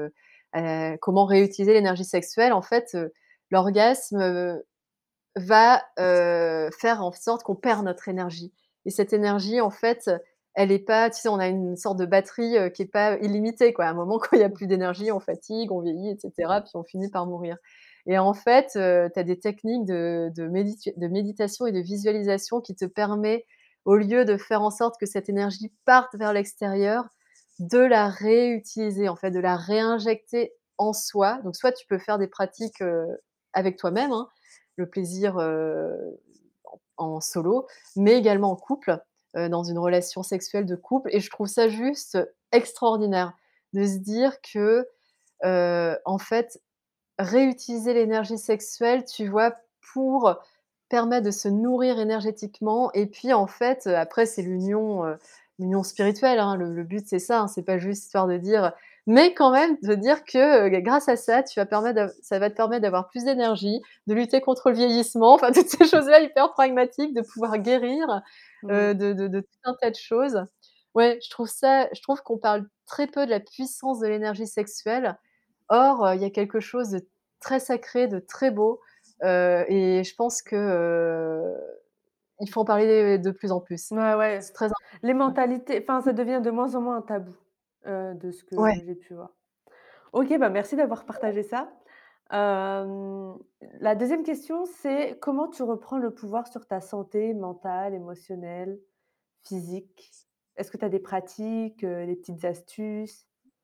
heu, comment réutiliser l'énergie sexuelle. En fait, heu, l'orgasme, heu, va, heu, faire en sorte qu'on perd notre énergie et cette énergie, en fait, elle est pas tu sais, on a une sorte de batterie, heu, qui est pas illimitée, quoi. À un moment, quand il y a plus d'énergie, on fatigue, on vieillit et cetera, puis on finit par mourir et en fait, heu, tu as des techniques de de méditu de méditation et de visualisation qui te permet, au lieu de faire en sorte que cette énergie parte vers l'extérieur, de la réutiliser, en fait, de la réinjecter en soi. Donc soit tu peux faire des pratiques, heu, avec toi-même, hein, le plaisir, heu, en en solo, mais également en couple, heu, dans une relation sexuelle de couple et je trouve ça juste extraordinaire de se dire que, heu, en fait, réutiliser l'énergie sexuelle, tu vois, pour permettre de se nourrir énergétiquement et puis, en fait, heu, après c'est l'union, heu, l'union spirituelle, hein. Le le but, c'est ça, hein, c'est pas juste histoire de dire mais quand même de dire que, heu, grâce à ça, tu vas permettre d'av ça va te permettre d'avoir plus d'énergie, de lutter contre le vieillissement, enfin toutes ces choses-là hyper pragmatiques, de pouvoir guérir, Mmh. heu, de de de tout un tas de choses. Ouais, je trouve ça je trouve qu'on parle très peu de la puissance de l'énergie sexuelle. Or, heu, il y a quelque chose de très sacré, de très beau, heu et je pense que, heu, il faut en parler de plus en plus. Ouais, ouais. C'est très Les important. mentalités enfin, ça devient de moins en moins un tabou, heu, de ce Ouais. que j'ai pu voir. OK, bah, merci d'avoir partagé ça. Hem, la deuxième question, c'est comment tu reprends le pouvoir sur ta santé mentale, émotionnelle, physique? Est-ce que tu as des pratiques, heu, des petites astuces?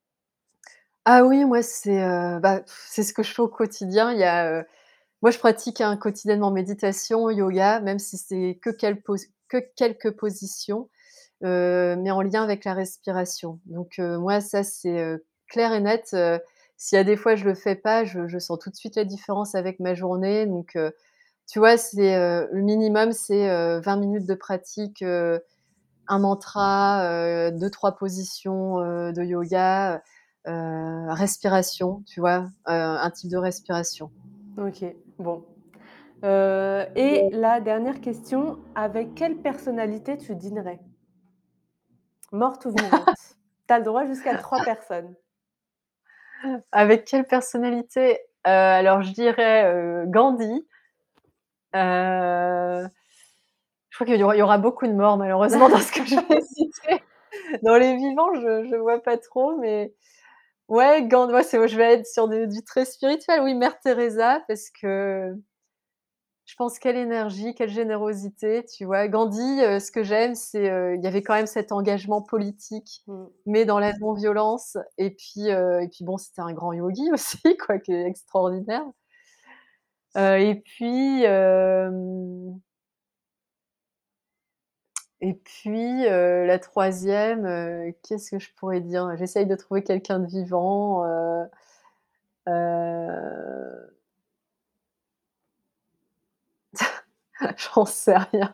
Ah oui, moi c'est, heu, bah, c'est ce que je fais au quotidien. Il y a, heu, moi je pratique, hein, quotidiennement méditation, yoga, même si c'est que quelle pos que quelques positions, heu, mais en lien avec la respiration. Donc heu, moi ça c'est, heu, clair et net, heu, s'il y a des fois je le fais pas, je je sens tout de suite la différence avec ma journée. Donc heu, tu vois, c'est, heu, le minimum c'est, heu, vingt minutes de pratique, heu, un mantra, heu, deux trois positions, heu, de yoga, heu, respiration, tu vois? Heu, un type de respiration. OK, bon. Heu et la dernière question, avec quelle personnalité tu dînerais? Morte ou vivante? Tu as le droit jusqu'à trois personnes. Avec quelle personnalité? Heu, alors je dirais, heu, Gandhi. Heu, je crois qu'il y aura il y aura beaucoup de morts malheureusement dans ce que je vais citer. Dans les vivants, je je vois pas trop, mais ouais, Gand ouais, c'est je vais être sur du du très spirituel, oui, Mère Teresa parce que je pense quelle énergie, quelle générosité, tu vois? Gandhi, heu, ce que j'aime, c'est, heu, il y avait quand même cet engagement politique, Mmh. mais dans la non-violence et puis, heu et puis bon, c'était un grand yogi aussi quoi, qui est extraordinaire. Heu et puis, hem et puis, heu, la troisième, heu, qu'est-ce que je pourrais dire? J'essaye de trouver quelqu'un de vivant, heu heu, j'en sais rien.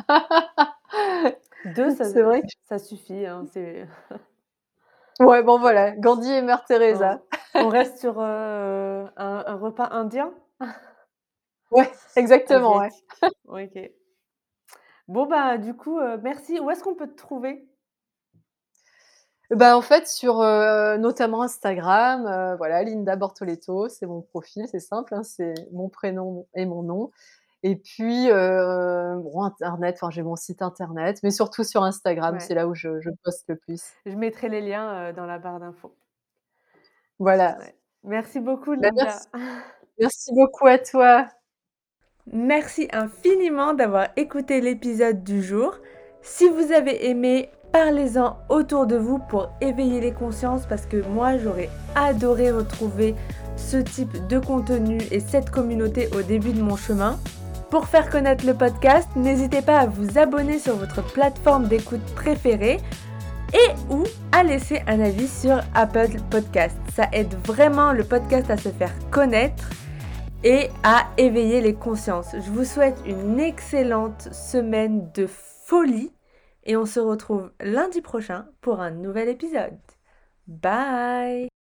deux, ça C'est vrai que ça suffit, hein, c'est ouais, bon voilà, Gandhi et Mère on Teresa. on reste sur, heu, un un repas indien? Ouais, exactement, ouais. Asiatique. OK. Bon, bah, du coup, heu, merci. Où est-ce qu'on peut te trouver? Bah, en fait, sur, heu, notamment Instagram, heu, voilà, Linda Bortoleto, c'est mon profil, c'est simple, hein, c'est mon prénom et mon nom et puis, heu, bon internet, enfin, j'ai mon site internet, mais surtout sur Instagram, c'est Ouais, là où je je poste le plus. je mettrai les liens, heu, dans la barre d'infos. Voilà. Ouais. Merci beaucoup, Bah, merci Linda. merci beaucoup à toi. Merci infiniment d'avoir écouté l'épisode du jour. Si vous avez aimé, parlez-en autour de vous pour éveiller les consciences parce que moi j'aurais adoré retrouver ce type de contenu et cette communauté au début de mon chemin. Pour faire connaître le podcast, n'hésitez pas à vous abonner sur votre plateforme d'écoute préférée et ou à laisser un avis sur Apple Podcast. Ça aide vraiment le podcast à se faire connaître et à éveiller les consciences. Je vous souhaite une excellente semaine de folie et on se retrouve lundi prochain pour un nouvel épisode. Bye!